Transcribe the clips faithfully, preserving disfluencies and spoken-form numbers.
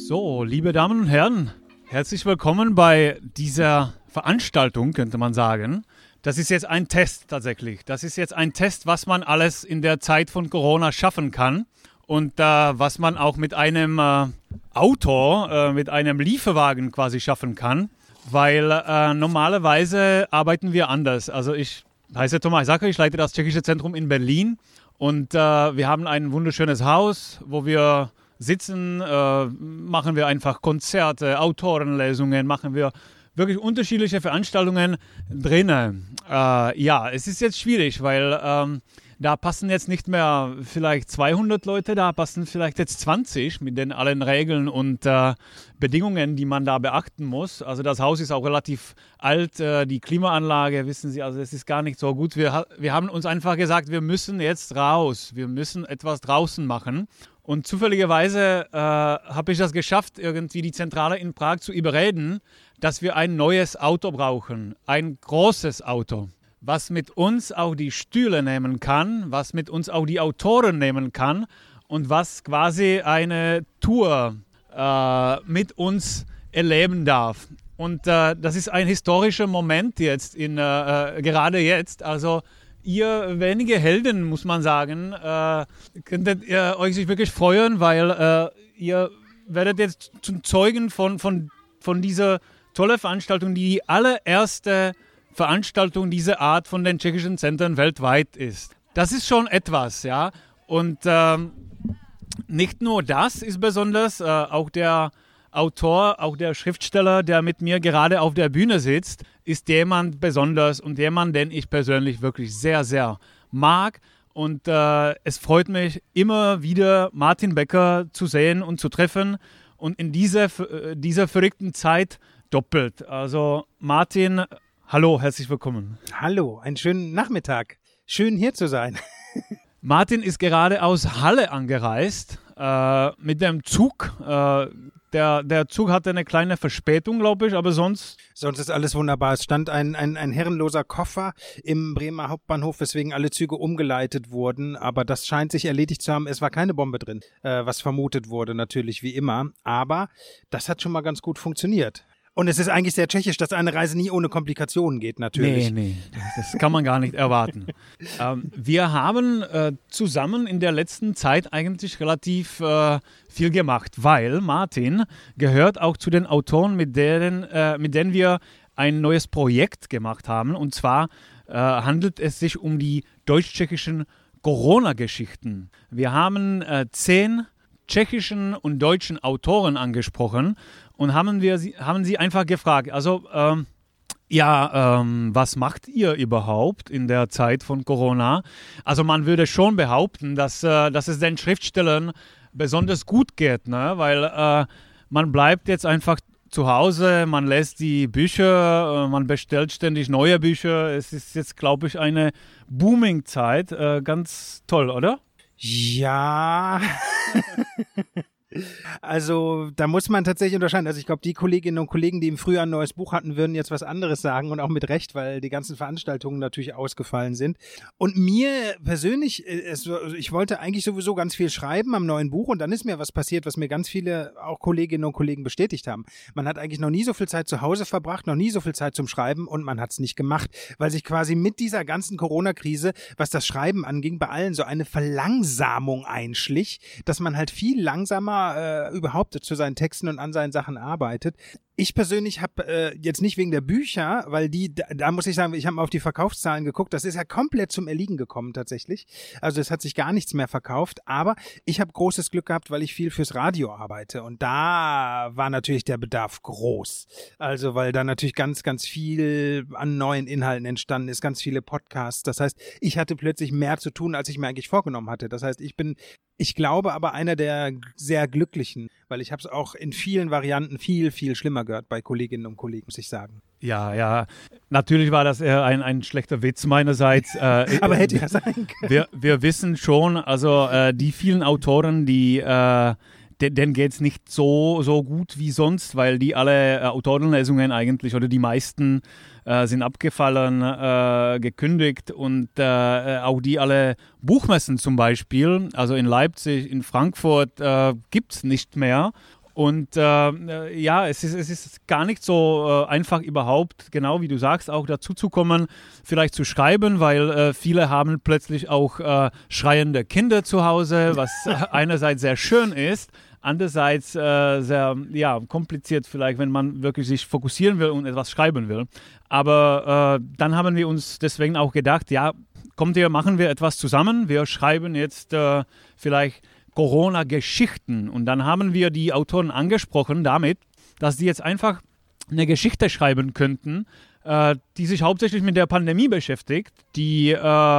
So, liebe Damen und Herren, herzlich willkommen bei dieser Veranstaltung, könnte man sagen. Das ist jetzt ein Test tatsächlich. Das ist jetzt ein Test, was man alles in der Zeit von Corona schaffen kann und äh, was man auch mit einem äh, Auto, äh, mit einem Lieferwagen quasi schaffen kann, weil äh, normalerweise arbeiten wir anders. Also ich heiße Thomas Sacker, ich leite das Tschechische Zentrum in Berlin und äh, wir haben ein wunderschönes Haus, wo wir sitzen, äh, machen wir einfach Konzerte, Autorenlesungen, machen wir wirklich unterschiedliche Veranstaltungen drinnen. Äh, ja, es ist jetzt schwierig, weil ähm, da passen jetzt nicht mehr vielleicht zweihundert Leute, da passen vielleicht jetzt zwanzig mit den allen Regeln und äh, Bedingungen, die man da beachten muss. Also das Haus ist auch relativ alt, äh, die Klimaanlage, wissen Sie, also es ist gar nicht so gut. Wir, wir haben uns einfach gesagt, wir müssen jetzt raus, wir müssen etwas draußen machen. Und zufälligerweise äh, habe ich das geschafft, irgendwie die Zentrale in Prag zu überreden, dass wir ein neues Auto brauchen, ein großes Auto, was mit uns auch die Stühle nehmen kann, was mit uns auch die Autoren nehmen kann und was quasi eine Tour äh, mit uns erleben darf. Und äh, das ist ein historischer Moment jetzt, in, äh, gerade jetzt, also ihr wenige Helden, muss man sagen, äh, könntet ihr euch sich wirklich freuen, weil äh, ihr werdet jetzt zum Zeugen von, von, von dieser tollen Veranstaltung, die die allererste Veranstaltung dieser Art von den tschechischen Zentren weltweit ist. Das ist schon etwas, ja. Und ähm, nicht nur das ist besonders, äh, auch der Autor, auch der Schriftsteller, der mit mir gerade auf der Bühne sitzt, ist jemand besonders und jemand, den ich persönlich wirklich sehr, sehr mag. Und äh, es freut mich immer wieder, Martin Becker zu sehen und zu treffen und in dieser, dieser verrückten Zeit doppelt. Also Martin, hallo, herzlich willkommen. Hallo, einen schönen Nachmittag. Schön hier zu sein. Martin ist gerade aus Halle angereist äh, mit dem Zug. Äh, Der, der Zug hatte eine kleine Verspätung, glaube ich, aber sonst... Sonst ist alles wunderbar. Es stand ein, ein, ein herrenloser Koffer im Bremer Hauptbahnhof, weswegen alle Züge umgeleitet wurden. Aber das scheint sich erledigt zu haben. Es war keine Bombe drin, äh, was vermutet wurde, natürlich wie immer. Aber das hat schon mal ganz gut funktioniert. Und es ist eigentlich sehr tschechisch, dass eine Reise nie ohne Komplikationen geht, natürlich. Nee, nee, das kann man gar nicht erwarten. ähm, wir haben äh, zusammen in der letzten Zeit eigentlich relativ äh, viel gemacht, weil Martin gehört auch zu den Autoren, mit denen, äh, mit denen wir ein neues Projekt gemacht haben. Und zwar äh, handelt es sich um die deutsch-tschechischen Corona-Geschichten. Wir haben äh, zehn tschechischen und deutschen Autoren angesprochen und haben wir sie, haben sie einfach gefragt, also ähm, ja, ähm, was macht ihr überhaupt in der Zeit von Corona? Also man würde schon behaupten, dass, äh, dass es den Schriftstellern besonders gut geht, ne? Weil äh, man bleibt jetzt einfach zu Hause, man lässt die Bücher, äh, man bestellt ständig neue Bücher. Es ist jetzt, glaube ich, eine Booming-Zeit. Äh, ganz toll, oder? Ja, also da muss man tatsächlich unterscheiden. Also ich glaube, die Kolleginnen und Kollegen, die im Frühjahr ein neues Buch hatten, würden jetzt was anderes sagen und auch mit Recht, weil die ganzen Veranstaltungen natürlich ausgefallen sind. Und mir persönlich, ich wollte eigentlich sowieso ganz viel schreiben am neuen Buch und dann ist mir was passiert, was mir ganz viele auch Kolleginnen und Kollegen bestätigt haben. Man hat eigentlich noch nie so viel Zeit zu Hause verbracht, noch nie so viel Zeit zum Schreiben und man hat es nicht gemacht, weil sich quasi mit dieser ganzen Corona-Krise, was das Schreiben anging, bei allen so eine Verlangsamung einschlich, dass man halt viel langsamer Äh, überhaupt zu seinen Texten und an seinen Sachen arbeitet. Ich persönlich habe äh, jetzt nicht wegen der Bücher, weil die, da, da muss ich sagen, ich habe mal auf die Verkaufszahlen geguckt, das ist ja komplett zum Erliegen gekommen tatsächlich. Also es hat sich gar nichts mehr verkauft, aber ich habe großes Glück gehabt, weil ich viel fürs Radio arbeite und da war natürlich der Bedarf groß. Also weil da natürlich ganz, ganz viel an neuen Inhalten entstanden ist, ganz viele Podcasts. Das heißt, ich hatte plötzlich mehr zu tun, als ich mir eigentlich vorgenommen hatte. Das heißt, ich bin, ich glaube aber einer der sehr Glücklichen, weil ich habe es auch in vielen Varianten viel, viel schlimmer gehört bei Kolleginnen und Kollegen, muss ich sagen. Ja, ja. Natürlich war das eher ein, ein schlechter Witz meinerseits. Äh, Aber hätte ja sein können. Wir, wir wissen schon, also äh, die vielen Autoren, die äh, de, denen geht es nicht so, so gut wie sonst, weil die alle äh, Autorenlesungen eigentlich oder die meisten äh, sind abgefallen, äh, gekündigt und äh, auch die alle Buchmessen zum Beispiel, also in Leipzig, in Frankfurt äh, gibt es nicht mehr. Und äh, ja, es ist, es ist gar nicht so äh, einfach überhaupt, genau wie du sagst, auch dazu zu kommen, vielleicht zu schreiben, weil äh, viele haben plötzlich auch äh, schreiende Kinder zu Hause, was einerseits sehr schön ist, andererseits äh, sehr ja, kompliziert vielleicht, wenn man wirklich sich fokussieren will und etwas schreiben will. Aber äh, dann haben wir uns deswegen auch gedacht, ja, kommt ihr, machen wir etwas zusammen, wir schreiben jetzt äh, vielleicht Corona-Geschichten. Und dann haben wir die Autoren angesprochen damit, dass sie jetzt einfach eine Geschichte schreiben könnten, äh, die sich hauptsächlich mit der Pandemie beschäftigt, die äh,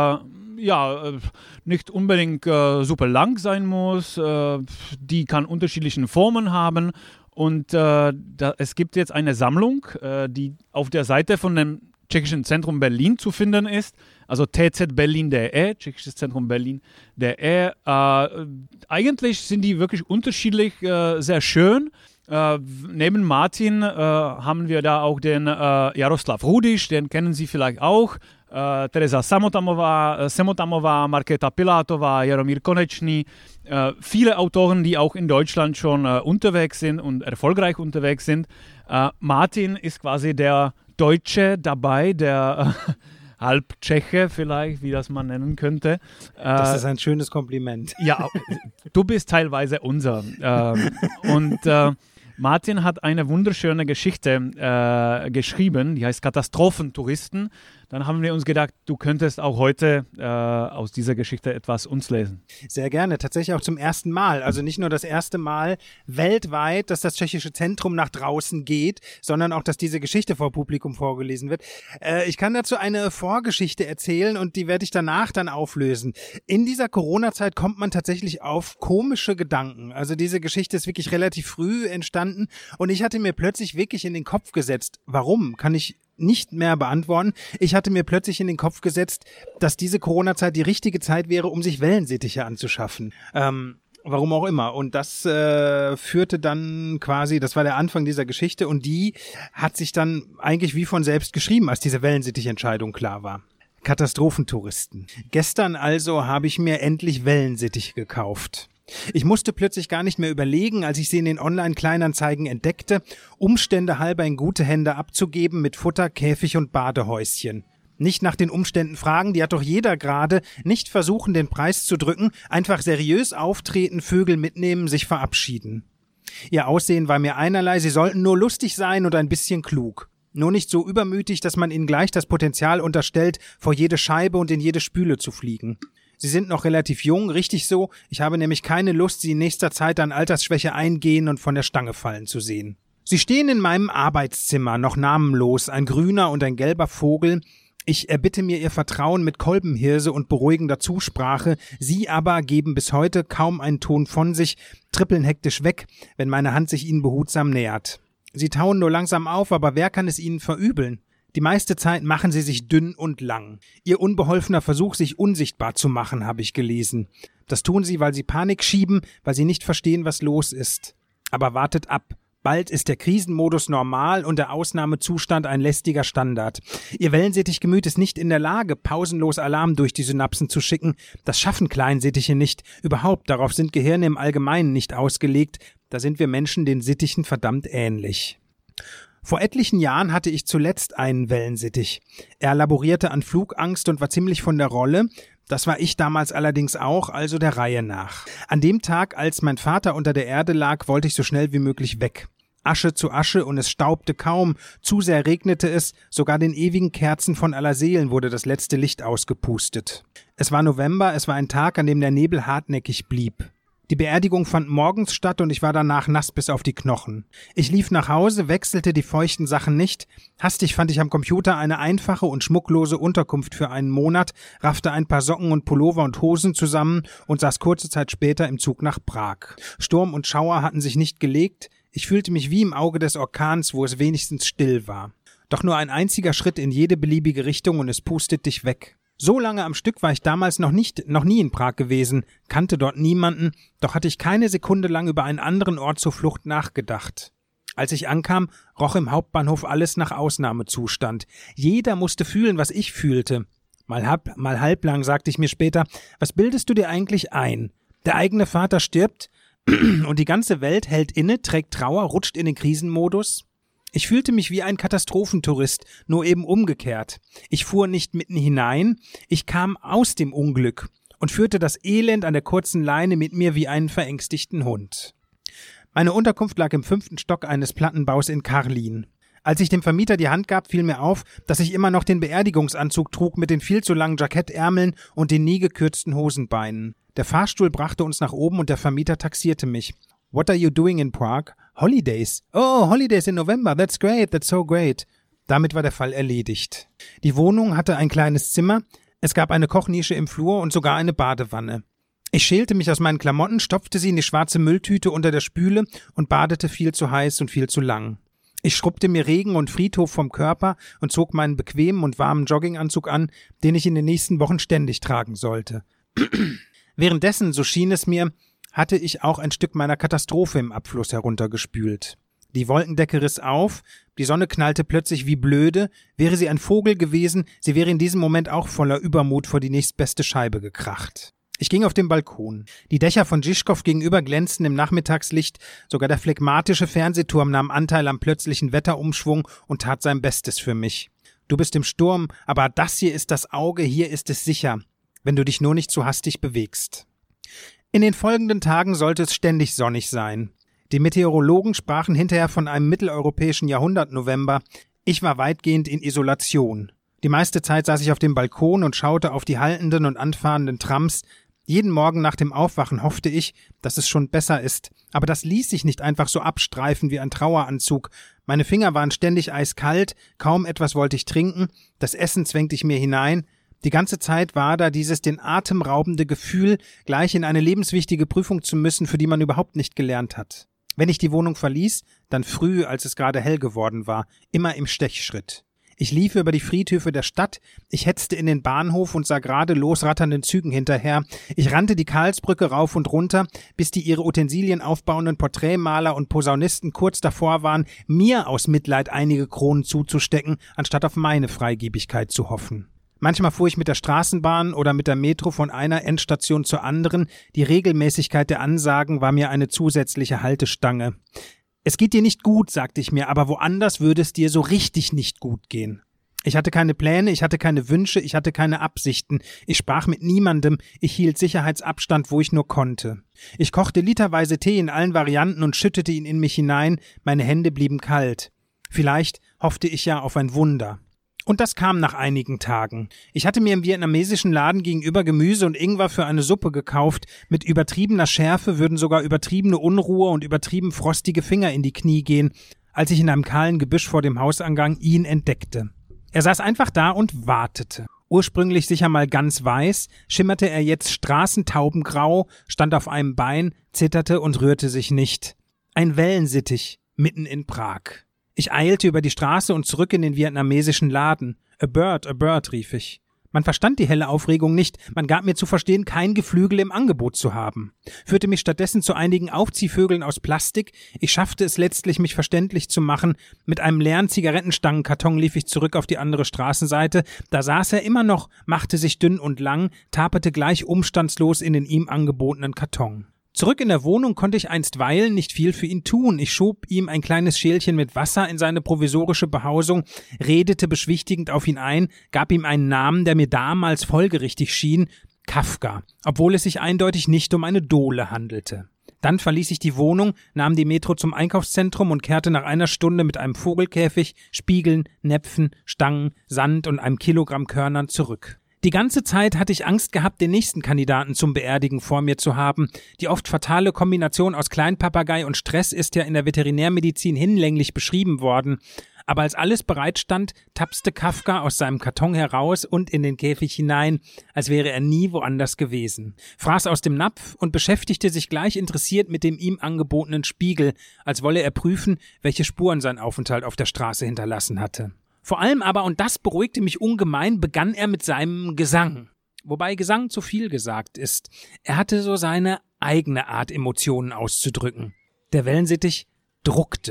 ja nicht unbedingt äh, super lang sein muss, äh, die kann unterschiedliche Formen haben. Und äh, da, es gibt jetzt eine Sammlung, äh, die auf der Seite von dem Tschechischen Zentrum Berlin zu finden ist, also t z berlin punkt d e, Tschechisches Zentrum Berlin punkt d e. Äh, eigentlich sind die wirklich unterschiedlich, äh, sehr schön. Äh, neben Martin äh, haben wir da auch den äh, Jaroslav Rudiš, den kennen Sie vielleicht auch, äh, Teresa Samotamová, äh, Samotamová, Markéta Pilátová, Jaromír Konečný, äh, viele Autoren, die auch in Deutschland schon äh, unterwegs sind und erfolgreich unterwegs sind. Äh, Martin ist quasi der Deutsche dabei, der äh, Halbtscheche vielleicht, wie das man nennen könnte. Äh, das ist ein schönes Kompliment. Ja, du bist teilweise unser. Äh, und äh, Martin hat eine wunderschöne Geschichte äh, geschrieben, die heißt Katastrophentouristen. Dann haben wir uns gedacht, du könntest auch heute äh, aus dieser Geschichte etwas uns lesen. Sehr gerne, tatsächlich auch zum ersten Mal. Also nicht nur das erste Mal weltweit, dass das Tschechische Zentrum nach draußen geht, sondern auch, dass diese Geschichte vor Publikum vorgelesen wird. Äh, ich kann dazu eine Vorgeschichte erzählen und die werde ich danach dann auflösen. In dieser Corona-Zeit kommt man tatsächlich auf komische Gedanken. Also diese Geschichte ist wirklich relativ früh entstanden und ich hatte mir plötzlich wirklich in den Kopf gesetzt, warum, kann ich nicht mehr beantworten. Ich hatte mir plötzlich in den Kopf gesetzt, dass diese Corona-Zeit die richtige Zeit wäre, um sich Wellensittiche anzuschaffen. Ähm, warum auch immer. Und das äh, führte dann quasi, das war der Anfang dieser Geschichte und die hat sich dann eigentlich wie von selbst geschrieben, als diese Wellensittich-Entscheidung klar war. Katastrophentouristen. Gestern also habe ich mir endlich Wellensittiche gekauft. Ich musste plötzlich gar nicht mehr überlegen, als ich sie in den Online-Kleinanzeigen entdeckte, Umstände halber in gute Hände abzugeben mit Futter, Käfig und Badehäuschen. Nicht nach den Umständen fragen, die hat doch jeder gerade, nicht versuchen, den Preis zu drücken, einfach seriös auftreten, Vögel mitnehmen, sich verabschieden. Ihr Aussehen war mir einerlei, sie sollten nur lustig sein und ein bisschen klug. Nur nicht so übermütig, dass man ihnen gleich das Potenzial unterstellt, vor jede Scheibe und in jede Spüle zu fliegen. Sie sind noch relativ jung, richtig so. Ich habe nämlich keine Lust, sie in nächster Zeit an Altersschwäche eingehen und von der Stange fallen zu sehen. Sie stehen in meinem Arbeitszimmer, noch namenlos, ein grüner und ein gelber Vogel. Ich erbitte mir ihr Vertrauen mit Kolbenhirse und beruhigender Zusprache. Sie aber geben bis heute kaum einen Ton von sich, trippeln hektisch weg, wenn meine Hand sich ihnen behutsam nähert. Sie tauen nur langsam auf, aber wer kann es ihnen verübeln? Die meiste Zeit machen sie sich dünn und lang. Ihr unbeholfener Versuch, sich unsichtbar zu machen, habe ich gelesen. Das tun sie, weil sie Panik schieben, weil sie nicht verstehen, was los ist. Aber wartet ab. Bald ist der Krisenmodus normal und der Ausnahmezustand ein lästiger Standard. Ihr Wellensittichgemüt ist nicht in der Lage, pausenlos Alarm durch die Synapsen zu schicken. Das schaffen Kleinsittiche nicht. Überhaupt, darauf sind Gehirne im Allgemeinen nicht ausgelegt. Da sind wir Menschen den Sittichen verdammt ähnlich. Vor etlichen Jahren hatte ich zuletzt einen Wellensittich. Er laborierte an Flugangst und war ziemlich von der Rolle. Das war ich damals allerdings auch, also der Reihe nach. An dem Tag, als mein Vater unter der Erde lag, wollte ich so schnell wie möglich weg. Asche zu Asche und es staubte kaum, zu sehr regnete es, sogar den ewigen Kerzen von aller Seelen wurde das letzte Licht ausgepustet. Es war November, es war ein Tag, an dem der Nebel hartnäckig blieb. Die Beerdigung fand morgens statt und ich war danach nass bis auf die Knochen. Ich lief nach Hause, wechselte die feuchten Sachen nicht. Hastig fand ich am Computer eine einfache und schmucklose Unterkunft für einen Monat, raffte ein paar Socken und Pullover und Hosen zusammen und saß kurze Zeit später im Zug nach Prag. Sturm und Schauer hatten sich nicht gelegt. Ich fühlte mich wie im Auge des Orkans, wo es wenigstens still war. Doch nur ein einziger Schritt in jede beliebige Richtung und es pustet dich weg. So lange am Stück war ich damals noch nicht, noch nie in Prag gewesen, kannte dort niemanden, doch hatte ich keine Sekunde lang über einen anderen Ort zur Flucht nachgedacht. Als ich ankam, roch im Hauptbahnhof alles nach Ausnahmezustand. Jeder musste fühlen, was ich fühlte. Mal halb, mal halblang sagte ich mir später, was bildest du dir eigentlich ein? Der eigene Vater stirbt? Und die ganze Welt hält inne, trägt Trauer, rutscht in den Krisenmodus. Ich fühlte mich wie ein Katastrophentourist, nur eben umgekehrt. Ich fuhr nicht mitten hinein, ich kam aus dem Unglück und führte das Elend an der kurzen Leine mit mir wie einen verängstigten Hund. Meine Unterkunft lag im fünften Stock eines Plattenbaus in Karlin. Als ich dem Vermieter die Hand gab, fiel mir auf, dass ich immer noch den Beerdigungsanzug trug mit den viel zu langen Jackettärmeln und den nie gekürzten Hosenbeinen. Der Fahrstuhl brachte uns nach oben und der Vermieter taxierte mich. What are you doing in Prague? Holidays. Oh, Holidays in November. That's great, that's so great. Damit war der Fall erledigt. Die Wohnung hatte ein kleines Zimmer, es gab eine Kochnische im Flur und sogar eine Badewanne. Ich schälte mich aus meinen Klamotten, stopfte sie in die schwarze Mülltüte unter der Spüle und badete viel zu heiß und viel zu lang. Ich schrubbte mir Regen und Friedhof vom Körper und zog meinen bequemen und warmen Jogginganzug an, den ich in den nächsten Wochen ständig tragen sollte. Währenddessen, so schien es mir, hatte ich auch ein Stück meiner Katastrophe im Abfluss heruntergespült. Die Wolkendecke riss auf, die Sonne knallte plötzlich wie blöde, wäre sie ein Vogel gewesen, sie wäre in diesem Moment auch voller Übermut vor die nächstbeste Scheibe gekracht. Ich ging auf den Balkon. Die Dächer von Žižkov gegenüber glänzten im Nachmittagslicht, sogar der phlegmatische Fernsehturm nahm Anteil am plötzlichen Wetterumschwung und tat sein Bestes für mich. Du bist im Sturm, aber das hier ist das Auge, hier ist es sicher, wenn du dich nur nicht zu hastig bewegst. In den folgenden Tagen sollte es ständig sonnig sein. Die Meteorologen sprachen hinterher von einem mitteleuropäischen Jahrhundert-November. Ich war weitgehend in Isolation. Die meiste Zeit saß ich auf dem Balkon und schaute auf die haltenden und anfahrenden Trams. Jeden Morgen nach dem Aufwachen hoffte ich, dass es schon besser ist. Aber das ließ sich nicht einfach so abstreifen wie ein Traueranzug. Meine Finger waren ständig eiskalt, kaum etwas wollte ich trinken, das Essen zwängte ich mir hinein. Die ganze Zeit war da dieses den Atem raubende Gefühl, gleich in eine lebenswichtige Prüfung zu müssen, für die man überhaupt nicht gelernt hat. Wenn ich die Wohnung verließ, dann früh, als es gerade hell geworden war, immer im Stechschritt. Ich lief über die Friedhöfe der Stadt, ich hetzte in den Bahnhof und sah gerade losratternden Zügen hinterher. Ich rannte die Karlsbrücke rauf und runter, bis die ihre Utensilien aufbauenden Porträtmaler und Posaunisten kurz davor waren, mir aus Mitleid einige Kronen zuzustecken, anstatt auf meine Freigebigkeit zu hoffen. Manchmal fuhr ich mit der Straßenbahn oder mit der Metro von einer Endstation zur anderen. Die Regelmäßigkeit der Ansagen war mir eine zusätzliche Haltestange. Es geht dir nicht gut, sagte ich mir, aber woanders würde es dir so richtig nicht gut gehen. Ich hatte keine Pläne, ich hatte keine Wünsche, ich hatte keine Absichten. Ich sprach mit niemandem, ich hielt Sicherheitsabstand, wo ich nur konnte. Ich kochte literweise Tee in allen Varianten und schüttete ihn in mich hinein, meine Hände blieben kalt. Vielleicht hoffte ich ja auf ein Wunder. Und das kam nach einigen Tagen. Ich hatte mir im vietnamesischen Laden gegenüber Gemüse und Ingwer für eine Suppe gekauft. Mit übertriebener Schärfe würden sogar übertriebene Unruhe und übertrieben frostige Finger in die Knie gehen, als ich in einem kahlen Gebüsch vor dem Hausangang ihn entdeckte. Er saß einfach da und wartete. Ursprünglich sicher mal ganz weiß, schimmerte er jetzt straßentaubengrau, stand auf einem Bein, zitterte und rührte sich nicht. Ein Wellensittich mitten in Prag. Ich eilte über die Straße und zurück in den vietnamesischen Laden. A bird, a bird, rief ich. Man verstand die helle Aufregung nicht, man gab mir zu verstehen, kein Geflügel im Angebot zu haben. Führte mich stattdessen zu einigen Aufziehvögeln aus Plastik. Ich schaffte es letztlich, mich verständlich zu machen. Mit einem leeren Zigarettenstangenkarton lief ich zurück auf die andere Straßenseite. Da saß er immer noch, machte sich dünn und lang, taperte gleich umstandslos in den ihm angebotenen Karton. Zurück in der Wohnung konnte ich einstweilen nicht viel für ihn tun. Ich schob ihm ein kleines Schälchen mit Wasser in seine provisorische Behausung, redete beschwichtigend auf ihn ein, gab ihm einen Namen, der mir damals folgerichtig schien, Kafka, obwohl es sich eindeutig nicht um eine Dole handelte. Dann verließ ich die Wohnung, nahm die Metro zum Einkaufszentrum und kehrte nach einer Stunde mit einem Vogelkäfig, Spiegeln, Näpfen, Stangen, Sand und einem Kilogramm Körnern zurück. Die ganze Zeit hatte ich Angst gehabt, den nächsten Kandidaten zum Beerdigen vor mir zu haben. Die oft fatale Kombination aus Kleinpapagei und Stress ist ja in der Veterinärmedizin hinlänglich beschrieben worden. Aber als alles bereit stand, tapste Kafka aus seinem Karton heraus und in den Käfig hinein, als wäre er nie woanders gewesen. Fraß aus dem Napf und beschäftigte sich gleich interessiert mit dem ihm angebotenen Spiegel, als wolle er prüfen, welche Spuren sein Aufenthalt auf der Straße hinterlassen hatte. Vor allem aber, und das beruhigte mich ungemein, begann er mit seinem Gesang. Wobei Gesang zu viel gesagt ist. Er hatte so seine eigene Art, Emotionen auszudrücken. Der Wellensittich druckte.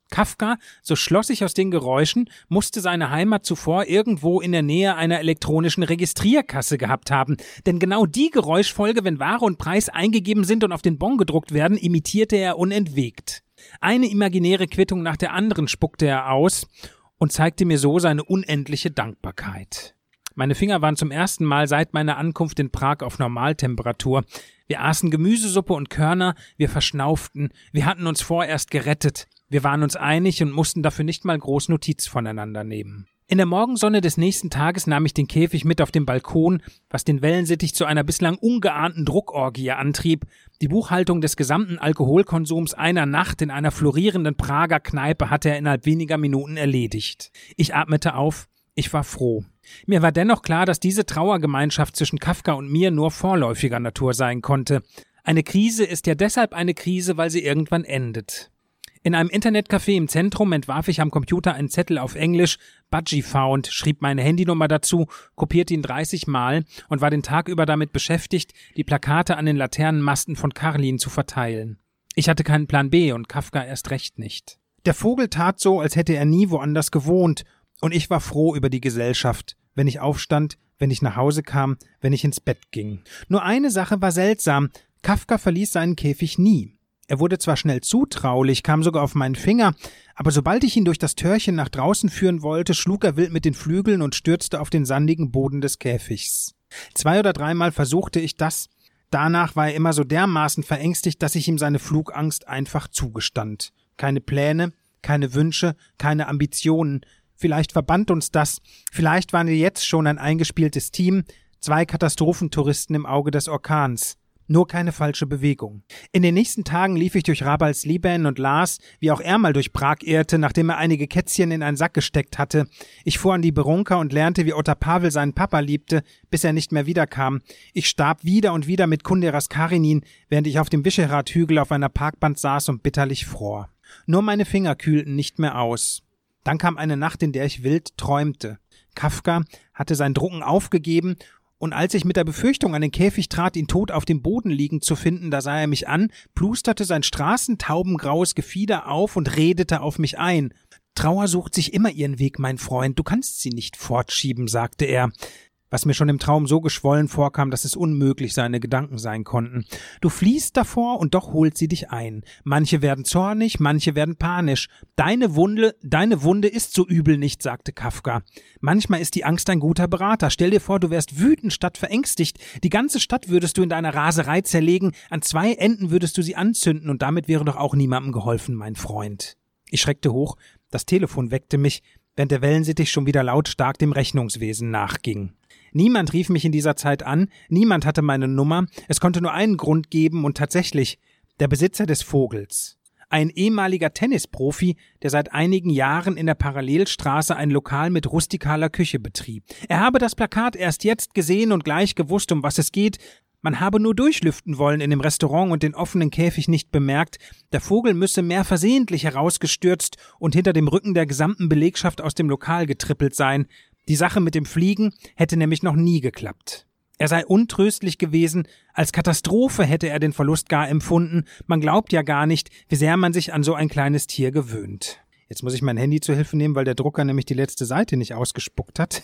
Kafka, so schloss ich aus den Geräuschen, musste seine Heimat zuvor irgendwo in der Nähe einer elektronischen Registrierkasse gehabt haben. Denn genau die Geräuschfolge, wenn Ware und Preis eingegeben sind und auf den Bon gedruckt werden, imitierte er unentwegt. Eine imaginäre Quittung nach der anderen spuckte er aus und zeigte mir so seine unendliche Dankbarkeit. Meine Finger waren zum ersten Mal seit meiner Ankunft in Prag auf Normaltemperatur. Wir aßen Gemüsesuppe und Körner, wir verschnauften, wir hatten uns vorerst gerettet. Wir waren uns einig und mussten dafür nicht mal groß Notiz voneinander nehmen. In der Morgensonne des nächsten Tages nahm ich den Käfig mit auf den Balkon, was den Wellensittich zu einer bislang ungeahnten Druckorgie antrieb. Die Buchhaltung des gesamten Alkoholkonsums einer Nacht in einer florierenden Prager Kneipe hatte er innerhalb weniger Minuten erledigt. Ich atmete auf, ich war froh. Mir war dennoch klar, dass diese Trauergemeinschaft zwischen Kafka und mir nur vorläufiger Natur sein konnte. Eine Krise ist ja deshalb eine Krise, weil sie irgendwann endet. In einem Internetcafé im Zentrum entwarf ich am Computer einen Zettel auf Englisch, Budgie found, schrieb meine Handynummer dazu, kopierte ihn dreißig Mal und war den Tag über damit beschäftigt, die Plakate an den Laternenmasten von Karlin zu verteilen. Ich hatte keinen Plan B und Kafka erst recht nicht. Der Vogel tat so, als hätte er nie woanders gewohnt, und ich war froh über die Gesellschaft, wenn ich aufstand, wenn ich nach Hause kam, wenn ich ins Bett ging. Nur eine Sache war seltsam, Kafka verließ seinen Käfig nie. Er wurde zwar schnell zutraulich, kam sogar auf meinen Finger, aber sobald ich ihn durch das Türchen nach draußen führen wollte, schlug er wild mit den Flügeln und stürzte auf den sandigen Boden des Käfigs. Zwei oder dreimal versuchte ich das, danach war er immer so dermaßen verängstigt, dass ich ihm seine Flugangst einfach zugestand. Keine Pläne, keine Wünsche, keine Ambitionen. Vielleicht verband uns das, vielleicht waren wir jetzt schon ein eingespieltes Team, zwei Katastrophentouristen im Auge des Orkans. Nur keine falsche Bewegung. In den nächsten Tagen lief ich durch Rabalslieben und las, wie auch er mal durch Prag irrte, nachdem er einige Kätzchen in einen Sack gesteckt hatte. Ich fuhr an die Berunka und lernte, wie Otter Pavel seinen Papa liebte, bis er nicht mehr wiederkam. Ich starb wieder und wieder mit Kunderas Karenin, während ich auf dem Visegrad-Hügel auf einer Parkbank saß und bitterlich fror. Nur meine Finger kühlten nicht mehr aus. Dann kam eine Nacht, in der ich wild träumte. Kafka hatte sein Drucken aufgegeben, und als ich mit der Befürchtung an den Käfig trat, ihn tot auf dem Boden liegend zu finden, da sah er mich an, plusterte sein straßentaubengraues Gefieder auf und redete auf mich ein. »Trauer sucht sich immer ihren Weg, mein Freund, du kannst sie nicht fortschieben«, sagte er, was mir schon im Traum so geschwollen vorkam, dass es unmöglich seine Gedanken sein konnten. »Du fliehst davor und doch holt sie dich ein. Manche werden zornig, manche werden panisch. Deine Wunde, deine Wunde ist so übel nicht«, sagte Kafka. »Manchmal ist die Angst ein guter Berater. Stell dir vor, du wärst wütend statt verängstigt. Die ganze Stadt würdest du in deiner Raserei zerlegen, an zwei Enden würdest du sie anzünden und damit wäre doch auch niemandem geholfen, mein Freund.« Ich schreckte hoch, das Telefon weckte mich, während der Wellensittich schon wieder lautstark dem Rechnungswesen nachging. Niemand rief mich in dieser Zeit an, niemand hatte meine Nummer, es konnte nur einen Grund geben und tatsächlich der Besitzer des Vogels. Ein ehemaliger Tennisprofi, der seit einigen Jahren in der Parallelstraße ein Lokal mit rustikaler Küche betrieb. Er habe das Plakat erst jetzt gesehen und gleich gewusst, um was es geht. Man habe nur durchlüften wollen in dem Restaurant und den offenen Käfig nicht bemerkt. Der Vogel müsse mehr versehentlich herausgestürzt und hinter dem Rücken der gesamten Belegschaft aus dem Lokal getrippelt sein. Die Sache mit dem Fliegen hätte nämlich noch nie geklappt. Er sei untröstlich gewesen, als Katastrophe hätte er den Verlust gar empfunden. Man glaubt ja gar nicht, wie sehr man sich an so ein kleines Tier gewöhnt. Jetzt muss ich mein Handy zur Hilfe nehmen, weil der Drucker nämlich die letzte Seite nicht ausgespuckt hat.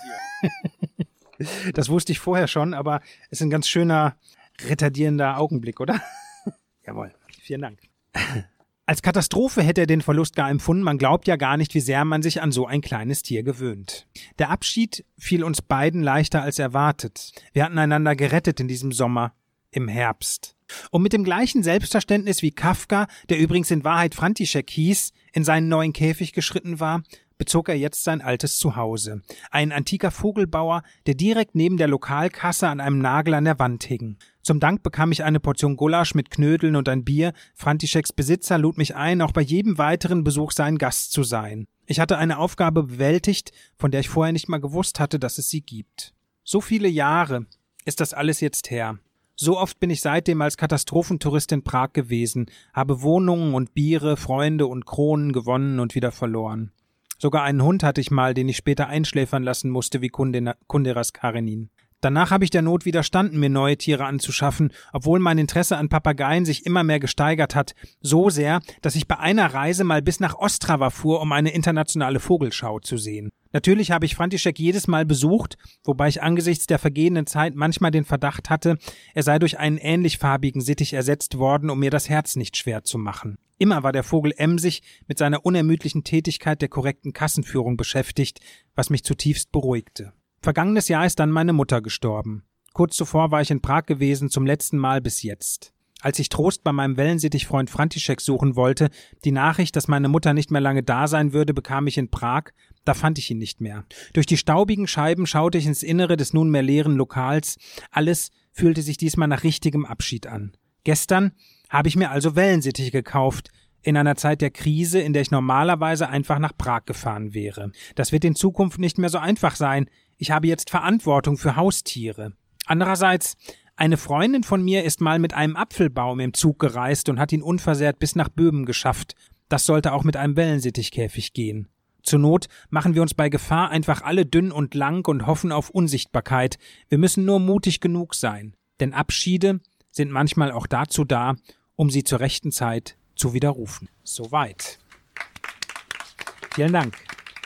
Ja. Das wusste ich vorher schon, aber es ist ein ganz schöner, retardierender Augenblick, oder? Jawohl, vielen Dank. Als Katastrophe hätte er den Verlust gar empfunden, man glaubt ja gar nicht, wie sehr man sich an so ein kleines Tier gewöhnt. Der Abschied fiel uns beiden leichter als erwartet. Wir hatten einander gerettet in diesem Sommer, im Herbst. Und mit dem gleichen Selbstverständnis wie Kafka, der übrigens in Wahrheit František hieß, in seinen neuen Käfig geschritten war, bezog er jetzt sein altes Zuhause. Ein antiker Vogelbauer, der direkt neben der Lokalkasse an einem Nagel an der Wand hing. Zum Dank bekam ich eine Portion Gulasch mit Knödeln und ein Bier. Františeks Besitzer lud mich ein, auch bei jedem weiteren Besuch sein Gast zu sein. Ich hatte eine Aufgabe bewältigt, von der ich vorher nicht mal gewusst hatte, dass es sie gibt. So viele Jahre ist das alles jetzt her. So oft bin ich seitdem als Katastrophentourist in Prag gewesen, habe Wohnungen und Biere, Freunde und Kronen gewonnen und wieder verloren. Sogar einen Hund hatte ich mal, den ich später einschläfern lassen musste wie Kunderas Karenin. Danach habe ich der Not widerstanden, mir neue Tiere anzuschaffen, obwohl mein Interesse an Papageien sich immer mehr gesteigert hat. So sehr, dass ich bei einer Reise mal bis nach Ostrava fuhr, um eine internationale Vogelschau zu sehen. Natürlich habe ich František jedes Mal besucht, wobei ich angesichts der vergehenden Zeit manchmal den Verdacht hatte, er sei durch einen ähnlich farbigen Sittich ersetzt worden, um mir das Herz nicht schwer zu machen. Immer war der Vogel emsig mit seiner unermüdlichen Tätigkeit der korrekten Kassenführung beschäftigt, was mich zutiefst beruhigte. Vergangenes Jahr ist dann meine Mutter gestorben. Kurz zuvor war ich in Prag gewesen, zum letzten Mal bis jetzt. Als ich Trost bei meinem Wellensittichfreund František suchen wollte, die Nachricht, dass meine Mutter nicht mehr lange da sein würde, bekam ich in Prag, da fand ich ihn nicht mehr. Durch die staubigen Scheiben schaute ich ins Innere des nunmehr leeren Lokals. Alles fühlte sich diesmal nach richtigem Abschied an. Gestern habe ich mir also Wellensittiche gekauft, in einer Zeit der Krise, in der ich normalerweise einfach nach Prag gefahren wäre. Das wird in Zukunft nicht mehr so einfach sein. Ich habe jetzt Verantwortung für Haustiere. Andererseits, eine Freundin von mir ist mal mit einem Apfelbaum im Zug gereist und hat ihn unversehrt bis nach Böhmen geschafft. Das sollte auch mit einem Wellensittichkäfig gehen. Zur Not machen wir uns bei Gefahr einfach alle dünn und lang und hoffen auf Unsichtbarkeit. Wir müssen nur mutig genug sein. Denn Abschiede sind manchmal auch dazu da, um sie zur rechten Zeit zu widerrufen. Soweit. Vielen Dank.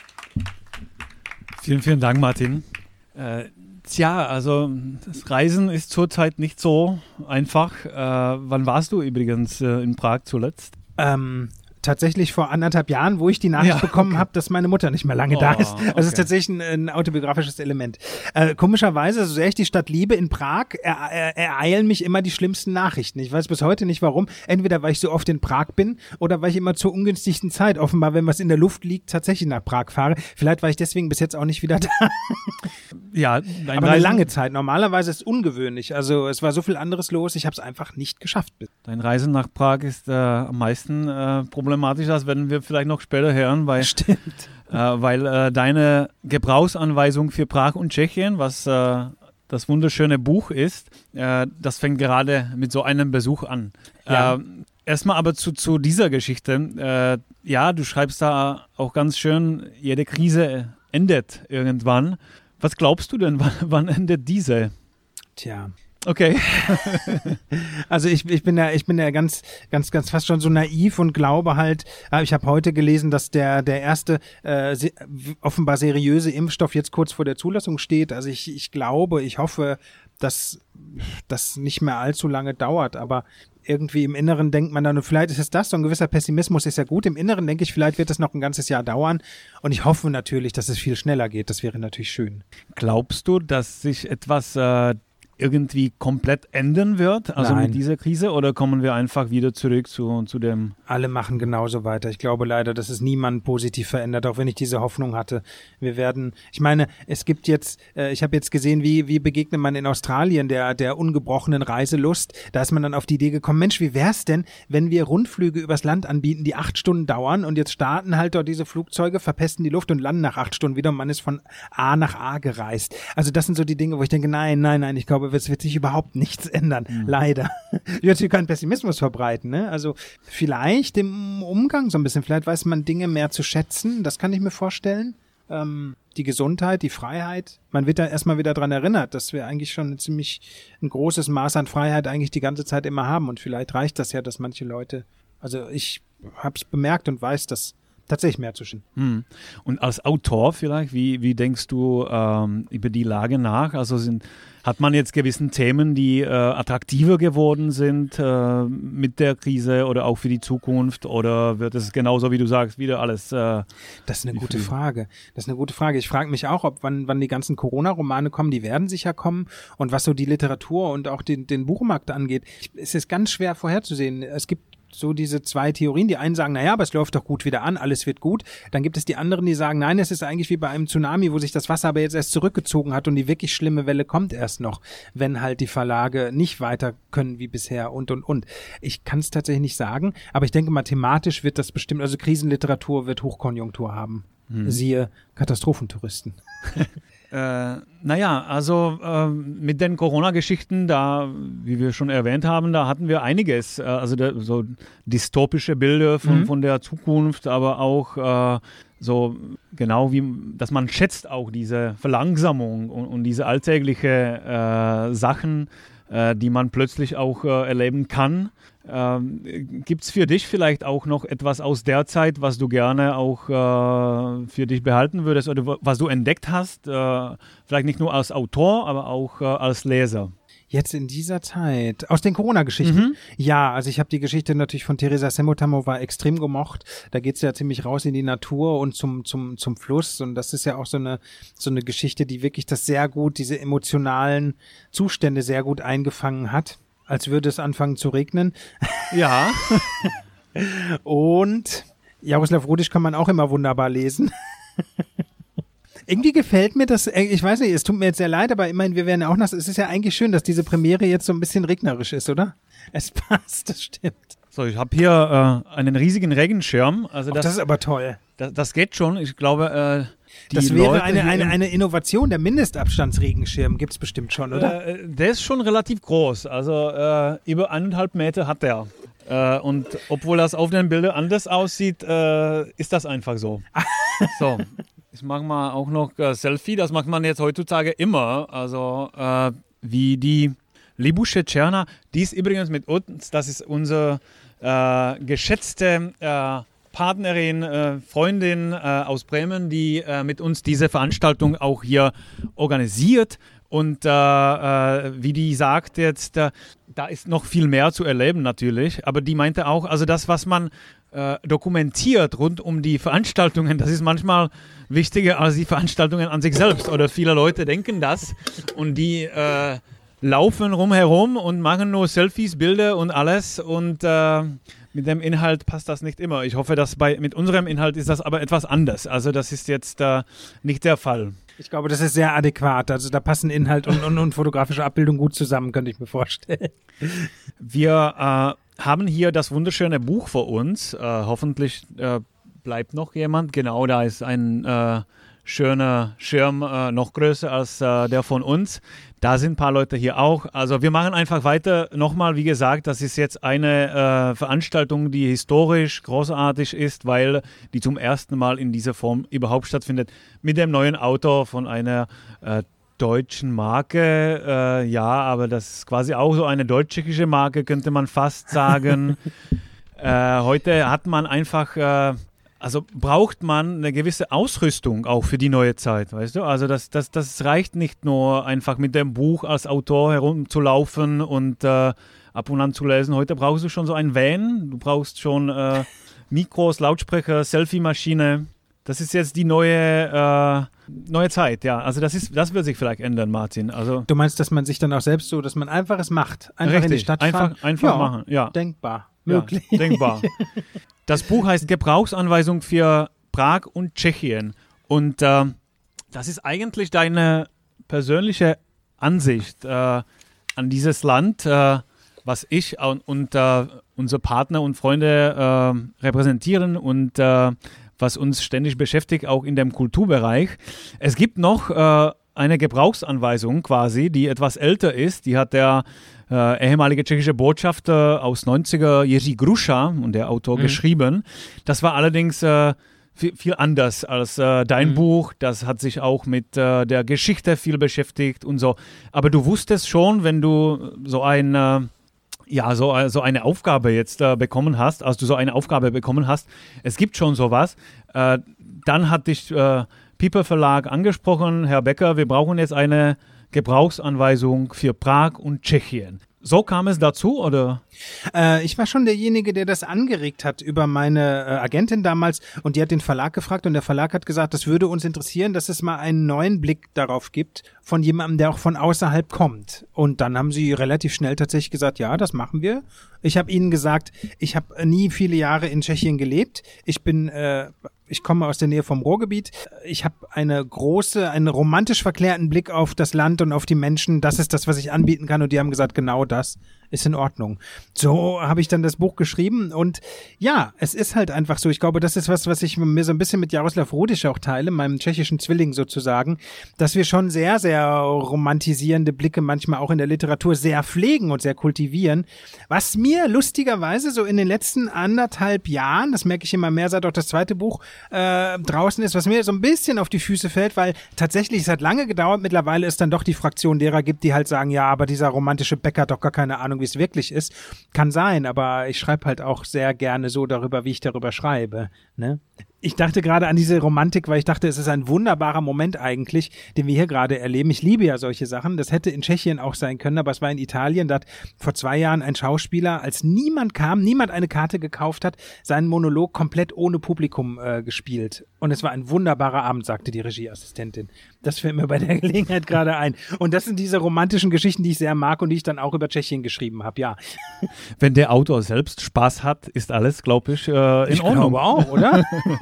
Vielen, vielen Dank, Martin. Äh, tja, also das Reisen ist zurzeit nicht so einfach. Äh, wann warst du übrigens äh, in Prag zuletzt? Ähm, tatsächlich vor anderthalb Jahren, wo ich die Nachricht Ja, bekommen okay. habe, dass meine Mutter nicht mehr lange Oh, da ist. Also es okay. ist tatsächlich ein, ein autobiografisches Element. Äh, komischerweise, so sehr ich die Stadt liebe, in Prag er, er, ereilen mich immer die schlimmsten Nachrichten. Ich weiß bis heute nicht warum. Entweder weil ich so oft in Prag bin oder weil ich immer zur ungünstigsten Zeit, offenbar, wenn was in der Luft liegt, tatsächlich nach Prag fahre. Vielleicht war ich deswegen bis jetzt auch nicht wieder da. Ja, dein Aber eine Reisen, lange Zeit. Normalerweise ist es ungewöhnlich. Also es war so viel anderes los, ich habe es einfach nicht geschafft. dein Reisen nach Prag ist äh, am meisten äh, problematisch, das werden wir vielleicht noch später hören, weil, Stimmt. äh, weil äh, deine Gebrauchsanweisung für Prag und Tschechien, was äh, das wunderschöne Buch ist, äh, das fängt gerade mit so einem Besuch an. Ja. Äh, erstmal aber zu, zu dieser Geschichte. Äh, ja, du schreibst da auch ganz schön, jede Krise endet irgendwann. Was glaubst du denn, wann, wann endet diese? Tja. Okay. Also ich, ich bin ja, ich bin ja ganz, ganz, ganz fast schon so naiv und glaube halt, äh, ich habe heute gelesen, dass der, der erste äh, se- offenbar seriöse Impfstoff jetzt kurz vor der Zulassung steht. Also ich, ich glaube, ich hoffe, dass das nicht mehr allzu lange dauert, aber irgendwie im Inneren denkt man dann, und vielleicht ist es das, so ein gewisser Pessimismus ist ja gut. Im Inneren denke ich, vielleicht wird es noch ein ganzes Jahr dauern. Und ich hoffe natürlich, dass es viel schneller geht. Das wäre natürlich schön. Glaubst du, dass sich etwas äh, irgendwie komplett ändern wird, also Nein. mit dieser Krise, oder kommen wir einfach wieder zurück zu, zu dem... Alle machen genauso weiter. Ich glaube leider, dass es niemanden positiv verändert, auch wenn ich diese Hoffnung hatte. Wir werden, ich meine, es gibt jetzt, äh, ich habe jetzt gesehen, wie wie begegnet man in Australien der der ungebrochenen Reiselust. Da ist man dann auf die Idee gekommen, Mensch, wie wär's denn, wenn wir Rundflüge übers Land anbieten, die acht Stunden dauern, und jetzt starten halt dort diese Flugzeuge, verpesten die Luft und landen nach acht Stunden wieder und man ist von A nach A gereist. Also das sind so die Dinge, wo ich denke, nein, nein, nein, ich glaube, es wird sich überhaupt nichts ändern. Mhm. Leider. Ich will natürlich keinen Pessimismus verbreiten, ne? Also vielleicht im Umgang so ein bisschen, vielleicht weiß man Dinge mehr zu schätzen, das kann ich mir vorstellen. Ähm, die Gesundheit, die Freiheit. Man wird da erstmal wieder dran erinnert, dass wir eigentlich schon ein ziemlich ein großes Maß an Freiheit eigentlich die ganze Zeit immer haben, und vielleicht reicht das ja, dass manche Leute, also ich habe es bemerkt und weiß, dass tatsächlich mehr zu schön. Hm. Und als Autor vielleicht, wie, wie denkst du ähm, über die Lage nach? Also sind, hat man jetzt gewissen Themen, die äh, attraktiver geworden sind äh, mit der Krise oder auch für die Zukunft? Oder wird es genauso, wie du sagst, wieder alles? Äh, das ist eine gute viel? Frage. Das ist eine gute Frage. Ich frage mich auch, ob wann, wann die ganzen Corona-Romane kommen, die werden sicher kommen. Und was so die Literatur und auch den, den Buchmarkt angeht, es ist ganz schwer vorherzusehen. Es gibt so diese zwei Theorien. Die einen sagen, naja, aber es läuft doch gut wieder an, alles wird gut. Dann gibt es die anderen, die sagen, nein, es ist eigentlich wie bei einem Tsunami, wo sich das Wasser aber jetzt erst zurückgezogen hat und die wirklich schlimme Welle kommt erst noch, wenn halt die Verlage nicht weiter können wie bisher und, und, und. Ich kann es tatsächlich nicht sagen, aber ich denke, mathematisch wird das bestimmt, also Krisenliteratur wird Hochkonjunktur haben. Hm. Siehe Katastrophentouristen. Äh, naja, also äh, mit den Corona-Geschichten, da, wie wir schon erwähnt haben, da hatten wir einiges. Äh, also der, so dystopische Bilder von, mhm. von der Zukunft, aber auch äh, so genau wie, dass man schätzt auch diese Verlangsamung und, und diese alltägliche äh, Sachen, äh, die man plötzlich auch äh, erleben kann. Ähm, gibt es für dich vielleicht auch noch etwas aus der Zeit, was du gerne auch äh, für dich behalten würdest oder was du entdeckt hast? Äh, vielleicht nicht nur als Autor, aber auch äh, als Leser. Jetzt in dieser Zeit, aus den Corona-Geschichten? Mhm. Ja, also ich habe die Geschichte natürlich von Teresa Semotamo extrem gemocht. Da geht's ja ziemlich raus in die Natur und zum zum zum Fluss. Und das ist ja auch so eine so eine Geschichte, die wirklich das sehr gut, diese emotionalen Zustände sehr gut eingefangen hat. Als würde es anfangen zu regnen. Ja. Und Jaroslav Rudisch kann man auch immer wunderbar lesen. Irgendwie gefällt mir das, ich weiß nicht, es tut mir jetzt sehr leid, aber immerhin, wir werden auch nass. Es ist ja eigentlich schön, dass diese Premiere jetzt so ein bisschen regnerisch ist, oder? Es passt, das stimmt. So, ich habe hier äh, einen riesigen Regenschirm. Also das, das ist aber toll. Das, das geht schon. Ich glaube, äh, die das wäre Leute eine, eine, eine Innovation. Der Mindestabstandsregenschirm gibt es bestimmt schon, oder? Äh, der ist schon relativ groß. Also äh, über eineinhalb Meter hat der. Äh, und obwohl das auf den Bildern anders aussieht, äh, ist das einfach so. So, ich mache mal auch noch äh, Selfie. Das macht man jetzt heutzutage immer. Also äh, wie die Libusche Czerna. Die ist übrigens mit uns. Das ist unsere äh, geschätzte äh, Partnerin, äh, Freundin äh, aus Bremen, die äh, mit uns diese Veranstaltung auch hier organisiert. Und äh, äh, wie die sagt jetzt, äh, da ist noch viel mehr zu erleben natürlich. Aber die meinte auch, also das, was man äh, dokumentiert rund um die Veranstaltungen, das ist manchmal wichtiger als die Veranstaltungen an sich selbst. Oder viele Leute denken das und die äh, laufen rumherum und machen nur Selfies, Bilder und alles und äh, mit dem Inhalt passt das nicht immer. Ich hoffe, dass bei mit unserem Inhalt ist das aber etwas anders. Also das ist jetzt äh, nicht der Fall. Ich glaube, das ist sehr adäquat. Also da passen Inhalt und, und, und fotografische Abbildung gut zusammen, könnte ich mir vorstellen. Wir äh, haben hier das wunderschöne Buch vor uns. Äh, hoffentlich äh, bleibt noch jemand. Genau, da ist ein äh, schöner Schirm, äh, noch größer als äh, der von uns. Da sind ein paar Leute hier auch. Also wir machen einfach weiter. Nochmal, wie gesagt, das ist jetzt eine äh, Veranstaltung, die historisch großartig ist, weil die zum ersten Mal in dieser Form überhaupt stattfindet. Mit dem neuen Autor von einer äh, deutschen Marke. Äh, ja, aber das ist quasi auch so eine deutsch-tschechische Marke, könnte man fast sagen. äh, heute hat man einfach... Äh, Also braucht man eine gewisse Ausrüstung auch für die neue Zeit, weißt du? Also das, das, das reicht nicht nur einfach mit dem Buch als Autor herumzulaufen und äh, ab und an zu lesen. Heute brauchst du schon so ein Van, du brauchst schon äh, Mikros, Lautsprecher, Selfie-Maschine. Das ist jetzt die neue, äh, neue Zeit, ja. Also das ist, das wird sich vielleicht ändern, Martin. Also du meinst, dass man sich dann auch selbst so, dass man einfach es macht, einfach richtig, in die Stadt einfach, fahren? einfach ja, machen, ja. Denkbar, ja, möglich. Denkbar. Das Buch heißt Gebrauchsanweisung für Prag und Tschechien. Und äh, das ist eigentlich deine persönliche Ansicht äh, an dieses Land, äh, was ich und, und äh, unsere Partner und Freunde äh, repräsentieren und äh, was uns ständig beschäftigt, auch in dem Kulturbereich. Es gibt noch äh, eine Gebrauchsanweisung quasi, die etwas älter ist. Die hat der äh, ehemalige tschechische Botschafter aus neunziger, Jiří Gruša, und der Autor, mhm. geschrieben. Das war allerdings äh, viel, viel anders als äh, dein mhm. Buch. Das hat sich auch mit äh, der Geschichte viel beschäftigt und so. Aber du wusstest schon, wenn du so ein... Äh, ja, so, so eine Aufgabe jetzt äh, bekommen hast, als du so eine Aufgabe bekommen hast, es gibt schon sowas, äh, dann hat dich äh, Piper Verlag angesprochen, Herr Becker, wir brauchen jetzt eine Gebrauchsanweisung für Prag und Tschechien. So kam es dazu, oder? Äh, ich war schon derjenige, der das angeregt hat über meine äh, Agentin damals und die hat den Verlag gefragt und der Verlag hat gesagt, das würde uns interessieren, dass es mal einen neuen Blick darauf gibt von jemandem, der auch von außerhalb kommt. Und dann haben sie relativ schnell tatsächlich gesagt, ja, das machen wir. Ich habe ihnen gesagt, ich habe nie viele Jahre in Tschechien gelebt. Ich bin... Äh, Ich komme aus der Nähe vom Ruhrgebiet. Ich habe eine große, einen romantisch verklärten Blick auf das Land und auf die Menschen. Das ist das, was ich anbieten kann. Und die haben gesagt, genau das ist in Ordnung. So habe ich dann das Buch geschrieben und ja, es ist halt einfach so. Ich glaube, das ist was, was ich mir so ein bisschen mit Jaroslav Rodisch auch teile, meinem tschechischen Zwilling sozusagen, dass wir schon sehr, sehr romantisierende Blicke manchmal auch in der Literatur sehr pflegen und sehr kultivieren. Was mir lustigerweise so in den letzten anderthalb Jahren, das merke ich immer mehr, seit auch das zweite Buch äh, draußen ist, was mir so ein bisschen auf die Füße fällt, weil tatsächlich, es hat lange gedauert, mittlerweile ist dann doch die Fraktion derer gibt, die halt sagen, ja, aber dieser romantische Bäcker hat doch gar keine Ahnung, wie es wirklich ist. Kann sein, aber ich schreibe halt auch sehr gerne so darüber, wie ich darüber schreibe, ne? Ich dachte gerade an diese Romantik, weil ich dachte, es ist ein wunderbarer Moment eigentlich, den wir hier gerade erleben. Ich liebe ja solche Sachen. Das hätte in Tschechien auch sein können, aber es war in Italien. Da hat vor zwei Jahren ein Schauspieler, als niemand kam, niemand eine Karte gekauft hat, seinen Monolog komplett ohne Publikum äh, gespielt. Und es war ein wunderbarer Abend, sagte die Regieassistentin. Das fällt mir bei der Gelegenheit gerade ein. Und das sind diese romantischen Geschichten, die ich sehr mag und die ich dann auch über Tschechien geschrieben habe, ja. Wenn der Autor selbst Spaß hat, ist alles, glaube ich, äh, in ich Ordnung. Ich glaube auch, oder?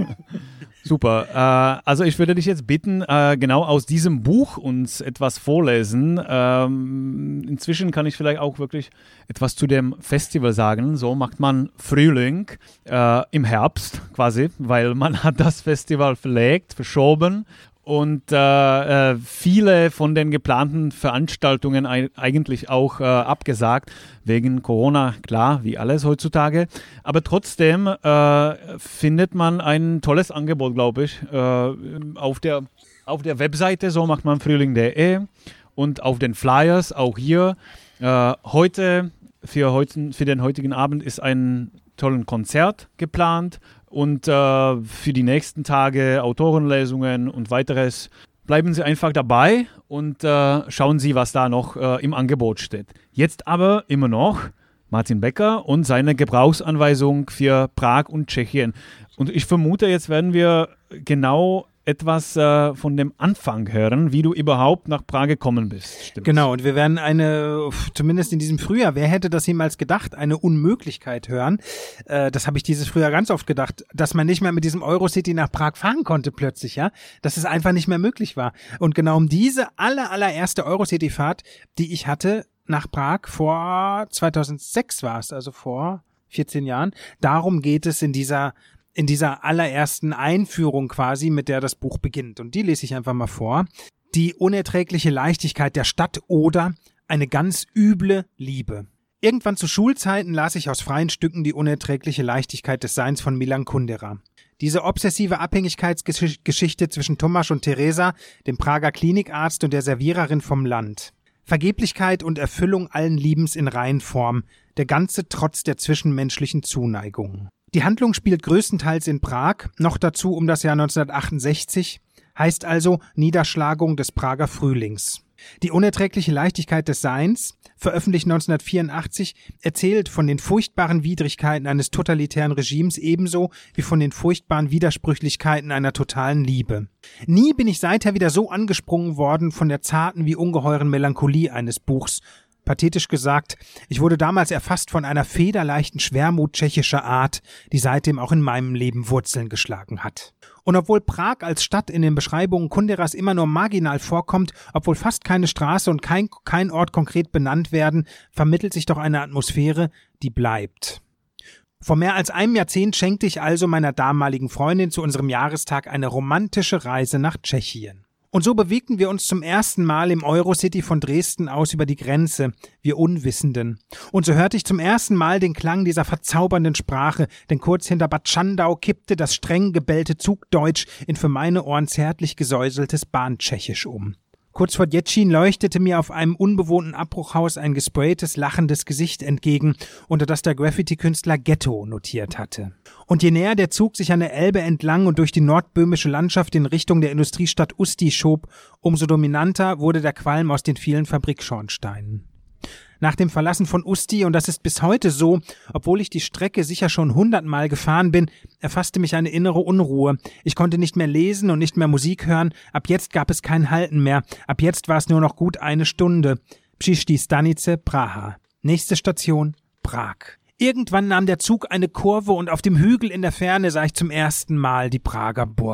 Super. Äh, also ich würde dich jetzt bitten, äh, genau aus diesem Buch uns etwas vorlesen. Ähm, inzwischen kann ich vielleicht auch wirklich etwas zu dem Festival sagen. So macht man Frühling äh, im Herbst quasi, weil man hat das Festival verlegt, verschoben. Und äh, äh, viele von den geplanten Veranstaltungen ei- eigentlich auch äh, abgesagt, wegen Corona, klar, wie alles heutzutage. Aber trotzdem äh, findet man ein tolles Angebot, glaube ich, äh, auf der, auf der Webseite, so macht man frühling punkt de und auf den Flyers, auch hier. Äh, heute, für, heute, für den heutigen Abend ist ein tolles Konzert geplant. Und äh, für die nächsten Tage Autorenlesungen und weiteres. Bleiben Sie einfach dabei und äh, schauen Sie, was da noch äh, im Angebot steht. Jetzt aber immer noch Martin Becker und seine Gebrauchsanweisung für Prag und Tschechien. Und ich vermute, jetzt werden wir genau etwas äh, von dem Anfang hören, wie du überhaupt nach Prag gekommen bist. Stimmt's? Genau, und wir werden eine, zumindest in diesem Frühjahr, wer hätte das jemals gedacht, eine Unmöglichkeit hören. Äh, das habe ich dieses Frühjahr ganz oft gedacht, dass man nicht mehr mit diesem Eurocity nach Prag fahren konnte plötzlich, ja, dass es einfach nicht mehr möglich war. Und genau um diese aller, allererste Eurocity-Fahrt, die ich hatte nach Prag vor zweitausendsechs war es, also vor vierzehn Jahren, darum geht es in dieser in dieser allerersten Einführung quasi, mit der das Buch beginnt. Und die lese ich einfach mal vor. Die unerträgliche Leichtigkeit der Stadt oder eine ganz üble Liebe. Irgendwann zu Schulzeiten las ich aus freien Stücken die unerträgliche Leichtigkeit des Seins von Milan Kundera. Diese obsessive Abhängigkeitsgeschichte zwischen Tomasz und Teresa, dem Prager Klinikarzt und der Serviererin vom Land. Vergeblichkeit und Erfüllung allen Liebens in Reihenform, der ganze Trotz der zwischenmenschlichen Zuneigung. Die Handlung spielt größtenteils in Prag, noch dazu um das Jahr neunzehnhundertachtundsechzig, heißt also Niederschlagung des Prager Frühlings. Die unerträgliche Leichtigkeit des Seins, veröffentlicht neunzehnhundertvierundachtzig, erzählt von den furchtbaren Widrigkeiten eines totalitären Regimes ebenso wie von den furchtbaren Widersprüchlichkeiten einer totalen Liebe. Nie bin ich seither wieder so angesprungen worden von der zarten wie ungeheuren Melancholie eines Buchs. Pathetisch gesagt, ich wurde damals erfasst von einer federleichten Schwermut tschechischer Art, die seitdem auch in meinem Leben Wurzeln geschlagen hat. Und obwohl Prag als Stadt in den Beschreibungen Kunderas immer nur marginal vorkommt, obwohl fast keine Straße und kein, kein Ort konkret benannt werden, vermittelt sich doch eine Atmosphäre, die bleibt. Vor mehr als einem Jahrzehnt schenkte ich also meiner damaligen Freundin zu unserem Jahrestag eine romantische Reise nach Tschechien. Und so bewegten wir uns zum ersten Mal im Eurocity von Dresden aus über die Grenze, wir Unwissenden. Und so hörte ich zum ersten Mal den Klang dieser verzaubernden Sprache, denn kurz hinter Bad Schandau kippte das streng gebellte Zugdeutsch in für meine Ohren zärtlich gesäuseltes Bahntschechisch um. Kurz vor Děčín leuchtete mir auf einem unbewohnten Abbruchhaus ein gespraytes, lachendes Gesicht entgegen, unter das der Graffiti-Künstler Ghetto notiert hatte. Und je näher der Zug sich an der Elbe entlang und durch die nordböhmische Landschaft in Richtung der Industriestadt Ústí schob, umso dominanter wurde der Qualm aus den vielen Fabrikschornsteinen. Nach dem Verlassen von Ústí, und das ist bis heute so, obwohl ich die Strecke sicher schon hundertmal gefahren bin, erfasste mich eine innere Unruhe. Ich konnte nicht mehr lesen und nicht mehr Musik hören, ab jetzt gab es kein Halten mehr, ab jetzt war es nur noch gut eine Stunde. Příští stanice Praha. Nächste Station Prag. Irgendwann nahm der Zug eine Kurve und auf dem Hügel in der Ferne sah ich zum ersten Mal die Prager Burg.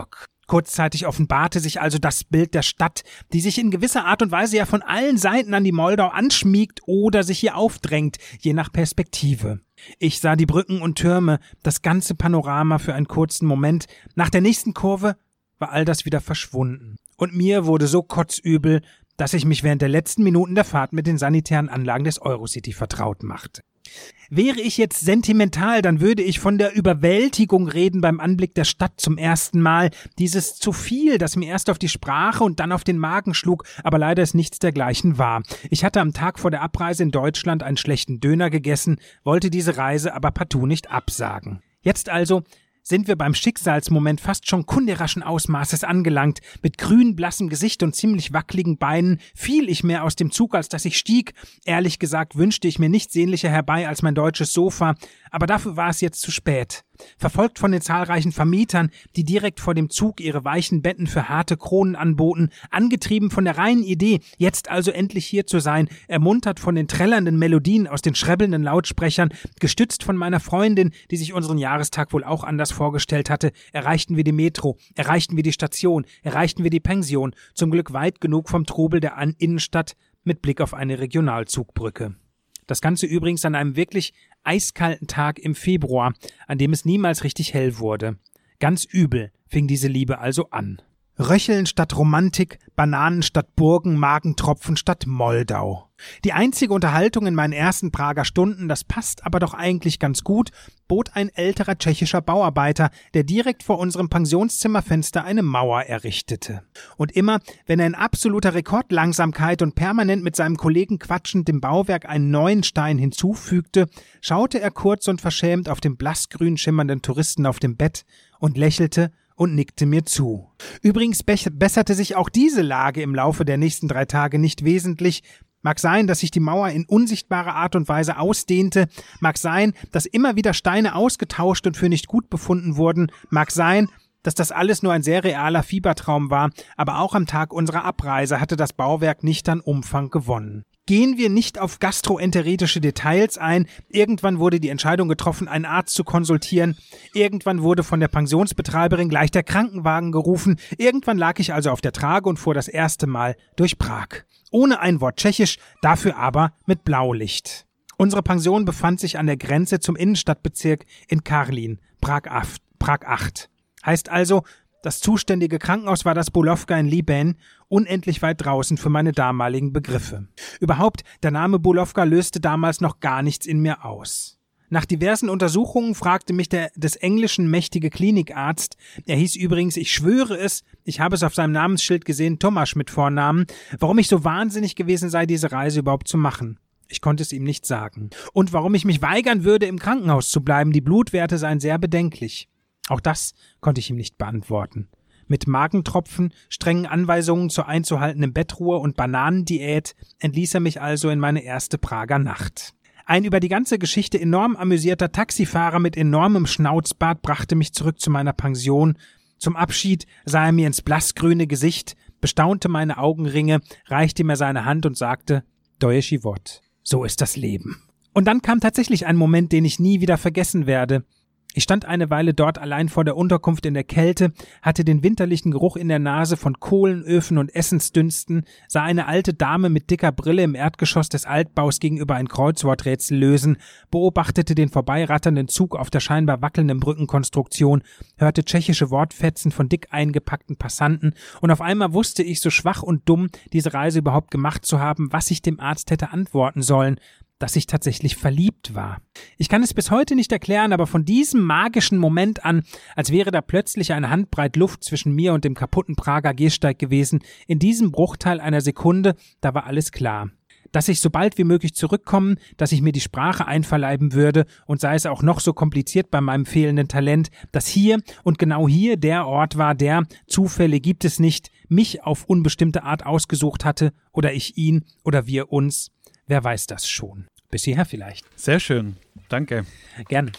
Kurzzeitig offenbarte sich also das Bild der Stadt, die sich in gewisser Art und Weise ja von allen Seiten an die Moldau anschmiegt oder sich hier aufdrängt, je nach Perspektive. Ich sah die Brücken und Türme, das ganze Panorama für einen kurzen Moment. Nach der nächsten Kurve war all das wieder verschwunden. Und mir wurde so kotzübel, dass ich mich während der letzten Minuten der Fahrt mit den sanitären Anlagen des Eurocity vertraut machte. Wäre ich jetzt sentimental, dann würde ich von der Überwältigung reden beim Anblick der Stadt zum ersten Mal. Dieses zu viel, das mir erst auf die Sprache und dann auf den Magen schlug, aber leider ist nichts dergleichen wahr. Ich hatte am Tag vor der Abreise in Deutschland einen schlechten Döner gegessen, wollte diese Reise aber partout nicht absagen. Jetzt also sind wir beim Schicksalsmoment fast schon kunderaschen Ausmaßes angelangt. Mit grün blassem Gesicht und ziemlich wackeligen Beinen fiel ich mehr aus dem Zug, als dass ich stieg. Ehrlich gesagt wünschte ich mir nichts sehnlicher herbei als mein deutsches Sofa, aber dafür war es jetzt zu spät. Verfolgt von den zahlreichen Vermietern, die direkt vor dem Zug ihre weichen Betten für harte Kronen anboten, angetrieben von der reinen Idee, jetzt also endlich hier zu sein, ermuntert von den trällernden Melodien aus den schrebbelnden Lautsprechern, gestützt von meiner Freundin, die sich unseren Jahrestag wohl auch anders vorgestellt hatte, erreichten wir die Metro, erreichten wir die Station, erreichten wir die Pension, zum Glück weit genug vom Trubel der Innenstadt mit Blick auf eine Regionalzugbrücke. Das Ganze übrigens an einem wirklich eiskalten Tag im Februar, an dem es niemals richtig hell wurde. Ganz übel fing diese Liebe also an. Röcheln statt Romantik, Bananen statt Burgen, Magentropfen statt Moldau. Die einzige Unterhaltung in meinen ersten Prager Stunden, das passt aber doch eigentlich ganz gut, bot ein älterer tschechischer Bauarbeiter, der direkt vor unserem Pensionszimmerfenster eine Mauer errichtete. Und immer, wenn er in absoluter Rekordlangsamkeit und permanent mit seinem Kollegen quatschend dem Bauwerk einen neuen Stein hinzufügte, schaute er kurz und verschämt auf den blassgrün schimmernden Touristen auf dem Bett und lächelte und nickte mir zu. Übrigens be- besserte sich auch diese Lage im Laufe der nächsten drei Tage nicht wesentlich. Mag sein, dass sich die Mauer in unsichtbarer Art und Weise ausdehnte. Mag sein, dass immer wieder Steine ausgetauscht und für nicht gut befunden wurden. Mag sein, dass das alles nur ein sehr realer Fiebertraum war. Aber auch am Tag unserer Abreise hatte das Bauwerk nicht an Umfang gewonnen. Gehen wir nicht auf gastroenteritische Details ein. Irgendwann wurde die Entscheidung getroffen, einen Arzt zu konsultieren. Irgendwann wurde von der Pensionsbetreiberin gleich der Krankenwagen gerufen. Irgendwann lag ich also auf der Trage und fuhr das erste Mal durch Prag. Ohne ein Wort Tschechisch, dafür aber mit Blaulicht. Unsere Pension befand sich an der Grenze zum Innenstadtbezirk in Karlin, Prag acht. Heißt also, das zuständige Krankenhaus war das Bulovka in Liben, unendlich weit draußen für meine damaligen Begriffe. Überhaupt, der Name Bulovka löste damals noch gar nichts in mir aus. Nach diversen Untersuchungen fragte mich der des Englischen mächtige Klinikarzt, er hieß übrigens, ich schwöre es, ich habe es auf seinem Namensschild gesehen, Tomasz mit Vornamen, warum ich so wahnsinnig gewesen sei, diese Reise überhaupt zu machen. Ich konnte es ihm nicht sagen. Und warum ich mich weigern würde, im Krankenhaus zu bleiben, die Blutwerte seien sehr bedenklich. Auch das konnte ich ihm nicht beantworten. Mit Magentropfen, strengen Anweisungen zur einzuhaltenden Bettruhe und Bananendiät entließ er mich also in meine erste Prager Nacht. Ein über die ganze Geschichte enorm amüsierter Taxifahrer mit enormem Schnauzbart brachte mich zurück zu meiner Pension. Zum Abschied sah er mir ins blassgrüne Gesicht, bestaunte meine Augenringe, reichte mir seine Hand und sagte, Doje Život, so ist das Leben. Und dann kam tatsächlich ein Moment, den ich nie wieder vergessen werde. Ich stand eine Weile dort allein vor der Unterkunft in der Kälte, hatte den winterlichen Geruch in der Nase von Kohlenöfen und Essensdünsten, sah eine alte Dame mit dicker Brille im Erdgeschoss des Altbaus gegenüber ein Kreuzworträtsel lösen, beobachtete den vorbeiratternden Zug auf der scheinbar wackelnden Brückenkonstruktion, hörte tschechische Wortfetzen von dick eingepackten Passanten und auf einmal wusste ich, so schwach und dumm diese Reise überhaupt gemacht zu haben, was ich dem Arzt hätte antworten sollen, dass ich tatsächlich verliebt war. Ich kann es bis heute nicht erklären, aber von diesem magischen Moment an, als wäre da plötzlich eine Handbreit Luft zwischen mir und dem kaputten Prager Gehsteig gewesen, in diesem Bruchteil einer Sekunde, da war alles klar. Dass ich so bald wie möglich zurückkommen, dass ich mir die Sprache einverleiben würde und sei es auch noch so kompliziert bei meinem fehlenden Talent, dass hier und genau hier der Ort war, der, Zufälle gibt es nicht, mich auf unbestimmte Art ausgesucht hatte oder ich ihn oder wir uns. Wer weiß das schon? Bis hierher vielleicht. Sehr schön. Danke. Gerne.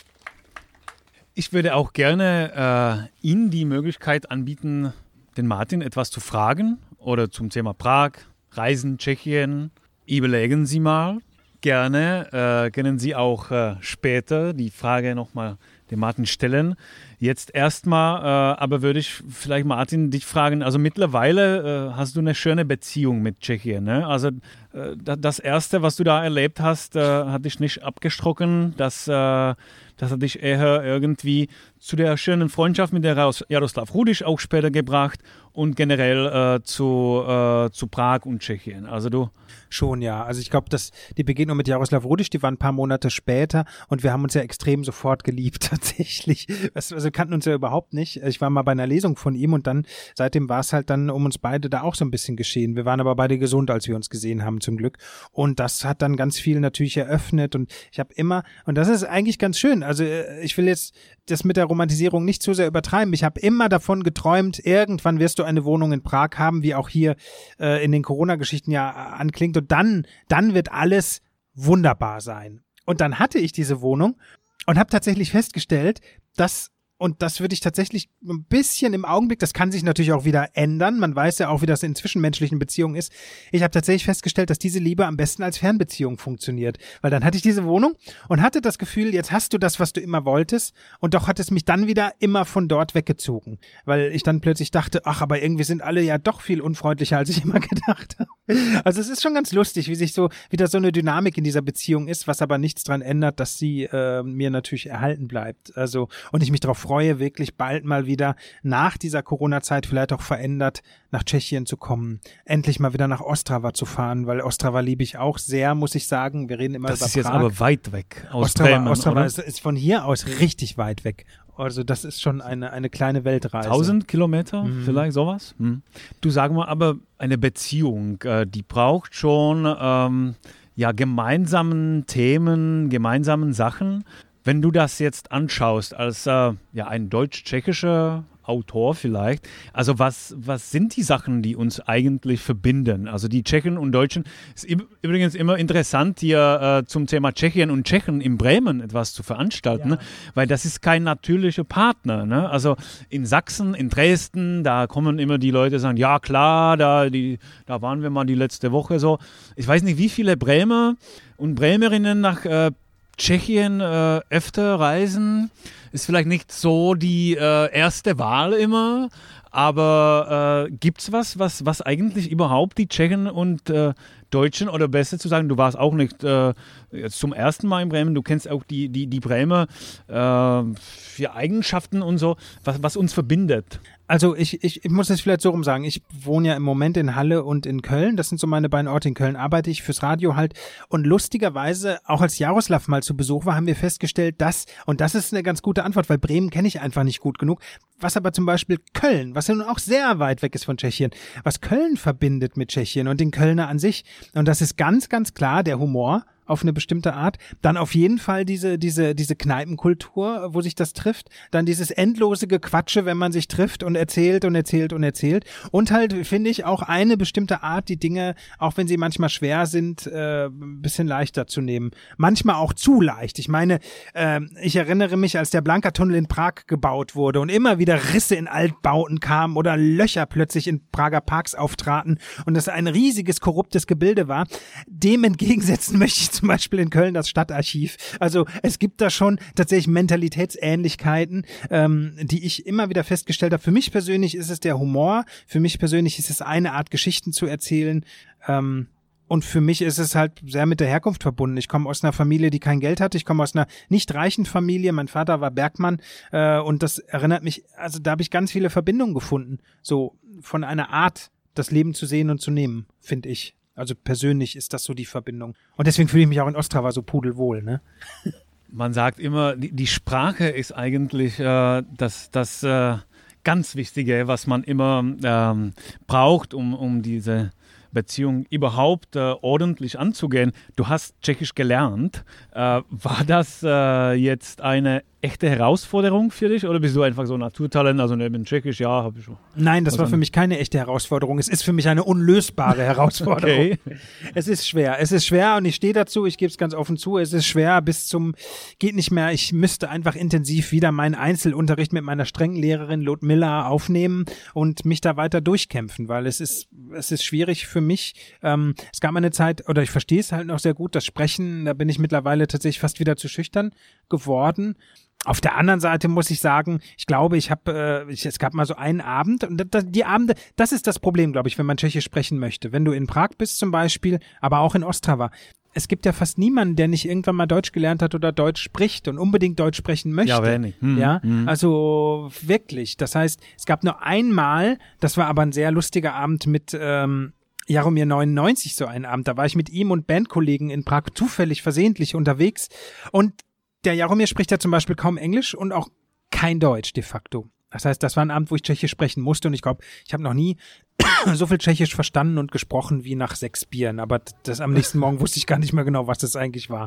Ich würde auch gerne äh, Ihnen die Möglichkeit anbieten, den Martin etwas zu fragen oder zum Thema Prag, Reisen, Tschechien. Überlegen Sie mal. gerne äh, können Sie auch äh, später die Frage nochmal dem Martin stellen. Jetzt erstmal, äh, aber würde ich vielleicht Martin dich fragen, also mittlerweile äh, hast du eine schöne Beziehung mit Tschechien, ne? Also äh, das Erste, was du da erlebt hast, äh, hat dich nicht abgestochen, das, äh, das hat dich eher irgendwie zu der schönen Freundschaft mit der Jaroslav Rudiš auch später gebracht und generell äh, zu, äh, zu Prag und Tschechien. Also du Schon, ja. Also ich glaube, dass die Begegnung mit Jaroslav Rudiš, die war ein paar Monate später und wir haben uns ja extrem sofort geliebt tatsächlich. Also wir kannten uns ja überhaupt nicht. Ich war mal bei einer Lesung von ihm und dann, seitdem war es halt dann um uns beide da auch so ein bisschen geschehen. Wir waren aber beide gesund, als wir uns gesehen haben, zum Glück. Und das hat dann ganz viel natürlich eröffnet und ich habe immer, und das ist eigentlich ganz schön, also ich will jetzt das mit der Romantisierung nicht zu sehr übertreiben. Ich habe immer davon geträumt, irgendwann wirst du eine Wohnung in Prag haben, wie auch hier äh, in den Corona-Geschichten ja anklingt. Und dann, dann wird alles wunderbar sein. Und dann hatte ich diese Wohnung und habe tatsächlich festgestellt, dass, und das würde ich tatsächlich ein bisschen im Augenblick, das kann sich natürlich auch wieder ändern, man weiß ja auch, wie das in zwischenmenschlichen Beziehungen ist. Ich habe tatsächlich festgestellt, dass diese Liebe am besten als Fernbeziehung funktioniert. Weil dann hatte ich diese Wohnung und hatte das Gefühl, jetzt hast du das, was du immer wolltest, und doch hat es mich dann wieder immer von dort weggezogen. Weil ich dann plötzlich dachte, ach, aber irgendwie sind alle ja doch viel unfreundlicher, als ich immer gedacht habe. Also es ist schon ganz lustig, wie sich so, wie da so eine Dynamik in dieser Beziehung ist, was aber nichts dran ändert, dass sie äh, mir natürlich erhalten bleibt. Also, und ich mich darauf freue, wirklich bald mal wieder nach dieser Corona-Zeit vielleicht auch verändert nach Tschechien zu kommen, endlich mal wieder nach Ostrava zu fahren, weil Ostrava liebe ich auch sehr, muss ich sagen. Wir reden immer das über ist jetzt Prag. Aber weit weg aus Ostrava, Bremen, Ostrava oder? Ist, ist von hier aus richtig weit weg. Also das ist schon eine, eine kleine Weltreise. Tausend Kilometer, Mhm. vielleicht sowas? Mhm. Du, sag mal, aber eine Beziehung, äh, die braucht schon ähm, ja, gemeinsamen Themen, gemeinsamen Sachen. Wenn du das jetzt anschaust als äh, ja, ein deutsch-tschechischer Autor vielleicht, also was, was sind die Sachen, die uns eigentlich verbinden? Also die Tschechen und Deutschen, ist übrigens immer interessant, hier äh, zum Thema Tschechien und Tschechen in Bremen etwas zu veranstalten, Ja. ne? Weil das ist kein natürlicher Partner. Ne? Also in Sachsen, in Dresden, da kommen immer die Leute und sagen, ja klar, da, die, da waren wir mal die letzte Woche so. Ich weiß nicht, wie viele Bremer und Bremerinnen nach äh, Tschechien äh, öfter reisen, ist vielleicht nicht so die äh, erste Wahl immer, aber äh, gibt es was, was, was eigentlich überhaupt die Tschechen und äh, Deutschen, oder besser zu sagen, du warst auch nicht äh, jetzt zum ersten Mal in Bremen, du kennst auch die, die, die Bremer äh, für Eigenschaften und so, was, was uns verbindet. Also ich, ich, ich muss es vielleicht so rum sagen, ich wohne ja im Moment in Halle und in Köln, das sind so meine beiden Orte. In Köln arbeite ich fürs Radio halt, und lustigerweise, auch als Jaroslav mal zu Besuch war, haben wir festgestellt, dass, und das ist eine ganz gute Antwort, weil Bremen kenne ich einfach nicht gut genug, was aber zum Beispiel Köln, was ja nun auch sehr weit weg ist von Tschechien, was Köln verbindet mit Tschechien und den Kölner an sich, und das ist ganz, ganz klar der Humor auf eine bestimmte Art, dann auf jeden Fall diese diese diese Kneipenkultur, wo sich das trifft, dann dieses endlose Gequatsche, wenn man sich trifft und erzählt und erzählt und erzählt, und halt, finde ich, auch eine bestimmte Art, die Dinge, auch wenn sie manchmal schwer sind, äh, ein bisschen leichter zu nehmen. Manchmal auch zu leicht. Ich meine, äh, ich erinnere mich, als der Blanka-Tunnel in Prag gebaut wurde und immer wieder Risse in Altbauten kamen oder Löcher plötzlich in Prager Parks auftraten und es ein riesiges, korruptes Gebilde war. Dem entgegensetzen möchte ich zum Beispiel in Köln das Stadtarchiv. Also es gibt da schon tatsächlich Mentalitätsähnlichkeiten, ähm, die ich immer wieder festgestellt habe. Für mich persönlich ist es der Humor, für mich persönlich ist es eine Art, Geschichten zu erzählen, ähm, und für mich ist es halt sehr mit der Herkunft verbunden. Ich komme aus einer Familie, die kein Geld hatte. Ich komme aus einer nicht reichen Familie. Mein Vater war Bergmann, äh, und das erinnert mich, also da habe ich ganz viele Verbindungen gefunden. So von einer Art, das Leben zu sehen und zu nehmen, finde ich. Also persönlich ist das so die Verbindung. Und deswegen fühle ich mich auch in Ostrava so pudelwohl, ne? Man sagt immer, die, die Sprache ist eigentlich äh, das, das äh, ganz Wichtige, was man immer ähm, braucht, um, um diese Beziehung überhaupt äh, ordentlich anzugehen. Du hast Tschechisch gelernt. Äh, war das äh, jetzt eine echte Herausforderung für dich oder bist du einfach so Naturtalent, also neben Tschechisch, ja, habe ich schon. Nein, das war für mich keine echte Herausforderung. Es ist für mich eine unlösbare Herausforderung. Okay. Es ist schwer. Es ist schwer und ich stehe dazu, ich gebe es ganz offen zu, es ist schwer bis zum, geht nicht mehr, ich müsste einfach intensiv wieder meinen Einzelunterricht mit meiner strengen Lehrerin Ludmilla aufnehmen und mich da weiter durchkämpfen, weil es ist, es ist schwierig für mich. Ähm, es gab mal eine Zeit, oder ich verstehe es halt noch sehr gut, das Sprechen, da bin ich mittlerweile tatsächlich fast wieder zu schüchtern geworden. Auf der anderen Seite muss ich sagen, ich glaube, ich habe, äh, es gab mal so einen Abend und das, die Abende, das ist das Problem, glaube ich, wenn man Tschechisch sprechen möchte. Wenn du in Prag bist zum Beispiel, aber auch in Ostrava. Es gibt ja fast niemanden, der nicht irgendwann mal Deutsch gelernt hat oder Deutsch spricht und unbedingt Deutsch sprechen möchte. Ja, wenig. Hm, ja, hm. Also wirklich. Das heißt, es gab nur einmal, das war aber ein sehr lustiger Abend mit ähm, Jaromir neunundneunzig, so ein Abend. Da war ich mit ihm und Bandkollegen in Prag zufällig, versehentlich unterwegs und der Jaromir spricht ja zum Beispiel kaum Englisch und auch kein Deutsch de facto. Das heißt, das war ein Abend, wo ich Tschechisch sprechen musste und ich glaube, ich habe noch nie so viel Tschechisch verstanden und gesprochen wie nach sechs Bieren. Aber das am nächsten Morgen wusste ich gar nicht mehr genau, was das eigentlich war.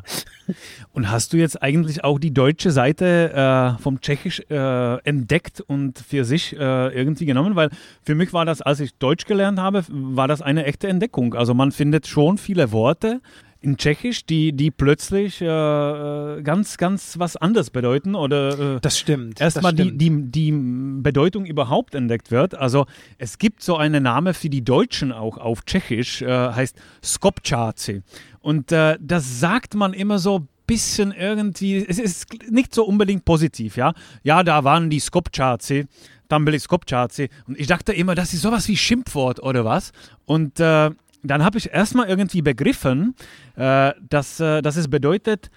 Und hast du jetzt eigentlich auch die deutsche Seite äh, vom Tschechisch äh, entdeckt und für sich äh, irgendwie genommen? Weil für mich war das, als ich Deutsch gelernt habe, war das eine echte Entdeckung. Also man findet schon viele Worte in Tschechisch, die, die plötzlich äh, ganz, ganz was anderes bedeuten oder äh, das stimmt. Erstmal die, die, die Bedeutung überhaupt entdeckt wird. Also es gibt so einen Namen für die Deutschen auch auf Tschechisch, äh, heißt Skopčáci. Und äh, das sagt man immer so ein bisschen irgendwie, es ist nicht so unbedingt positiv, ja. Ja, da waren die Skopčáci, dann byli Skopčáci. Und ich dachte immer, das ist sowas wie Schimpfwort oder was. Und äh, dann habe ich erstmal irgendwie begriffen, äh, dass, äh, dass es bedeutet,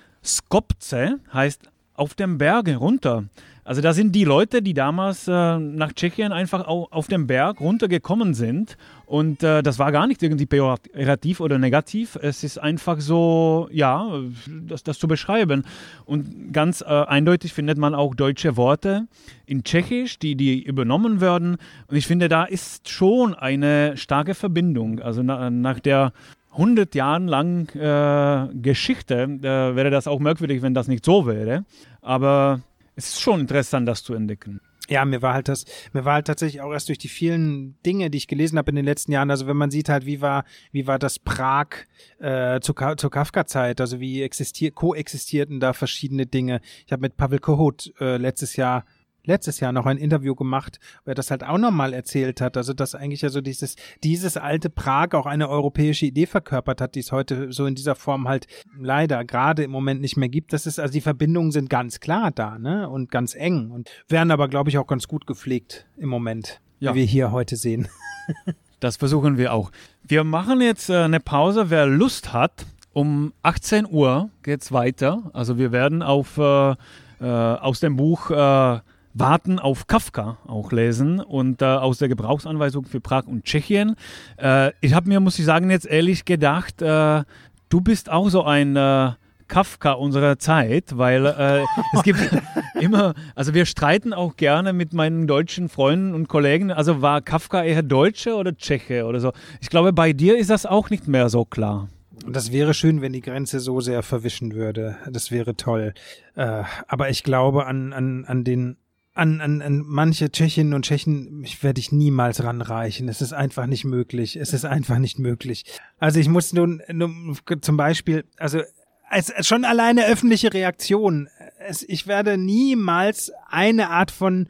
Skopce heißt auf dem Berg runter. Also da sind die Leute, die damals äh, nach Tschechien einfach au- auf dem Berg runtergekommen sind. Und äh, das war gar nicht irgendwie pejorativ oder negativ. Es ist einfach so, ja, das, das zu beschreiben. Und ganz äh, eindeutig findet man auch deutsche Worte in Tschechisch, die, die übernommen werden. Und ich finde, da ist schon eine starke Verbindung. Also na, nach der hundert Jahren langen äh, Geschichte äh, wäre das auch merkwürdig, wenn das nicht so wäre. Aber es ist schon interessant, das zu entdecken. Ja, mir war halt das, mir war halt tatsächlich auch erst durch die vielen Dinge, die ich gelesen habe in den letzten Jahren, also wenn man sieht halt, wie war, wie war das Prag äh, zu, zur Kafka-Zeit, also wie existier, koexistierten da verschiedene Dinge. Ich habe mit Pavel Kohut äh, letztes Jahr letztes Jahr noch ein Interview gemacht, wo er das halt auch nochmal erzählt hat, also dass eigentlich ja so dieses, dieses alte Prag auch eine europäische Idee verkörpert hat, die es heute so in dieser Form halt leider gerade im Moment nicht mehr gibt. Das ist, also die Verbindungen sind ganz klar da, ne, und ganz eng und werden aber, glaube ich, auch ganz gut gepflegt im Moment, ja, wie wir hier heute sehen. Das versuchen wir auch. Wir machen jetzt äh, eine Pause, wer Lust hat. Um achtzehn Uhr geht's weiter, also wir werden auf, äh, äh, aus dem Buch äh, Warten auf Kafka auch lesen und äh, aus der Gebrauchsanweisung für Prag und Tschechien. Äh, ich habe mir, muss ich sagen, jetzt ehrlich gedacht, äh, du bist auch so ein äh, Kafka unserer Zeit, weil äh, es gibt immer, also wir streiten auch gerne mit meinen deutschen Freunden und Kollegen, also war Kafka eher Deutsche oder Tscheche oder so. Ich glaube, bei dir ist das auch nicht mehr so klar. Und das wäre schön, wenn die Grenze so sehr verwischen würde. Das wäre toll. Äh, aber ich glaube an, an, an den An, an, an manche Tschechinnen und Tschechen werde ich niemals ranreichen. Es ist einfach nicht möglich. Es ist einfach nicht möglich. Also ich muss nun, nun zum Beispiel, also es, schon alleine öffentliche Reaktion. Es, ich werde niemals eine Art von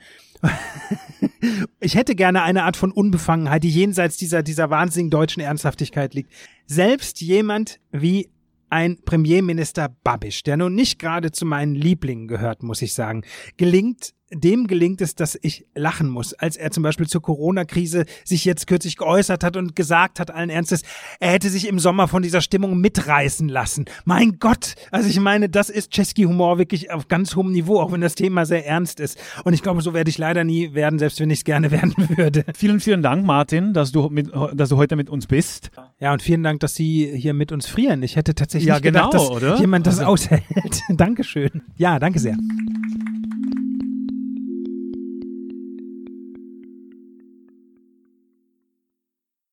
ich hätte gerne eine Art von Unbefangenheit, die jenseits dieser, dieser wahnsinnigen deutschen Ernsthaftigkeit liegt. Selbst jemand wie ein Premierminister Babiš, der nun nicht gerade zu meinen Lieblingen gehört, muss ich sagen, gelingt dem gelingt es, dass ich lachen muss, als er zum Beispiel zur Corona-Krise sich jetzt kürzlich geäußert hat und gesagt hat, allen Ernstes, er hätte sich im Sommer von dieser Stimmung mitreißen lassen. Mein Gott, also ich meine, das ist tschechischski Humor wirklich auf ganz hohem Niveau, auch wenn das Thema sehr ernst ist. Und ich glaube, so werde ich leider nie werden, selbst wenn ich es gerne werden würde. Vielen, vielen Dank, Martin, dass du, mit, dass du heute mit uns bist. Ja, und vielen Dank, dass Sie hier mit uns frieren. Ich hätte tatsächlich ja, nicht genau, gedacht, dass oder? jemand das also. aushält. Dankeschön. Ja, danke sehr.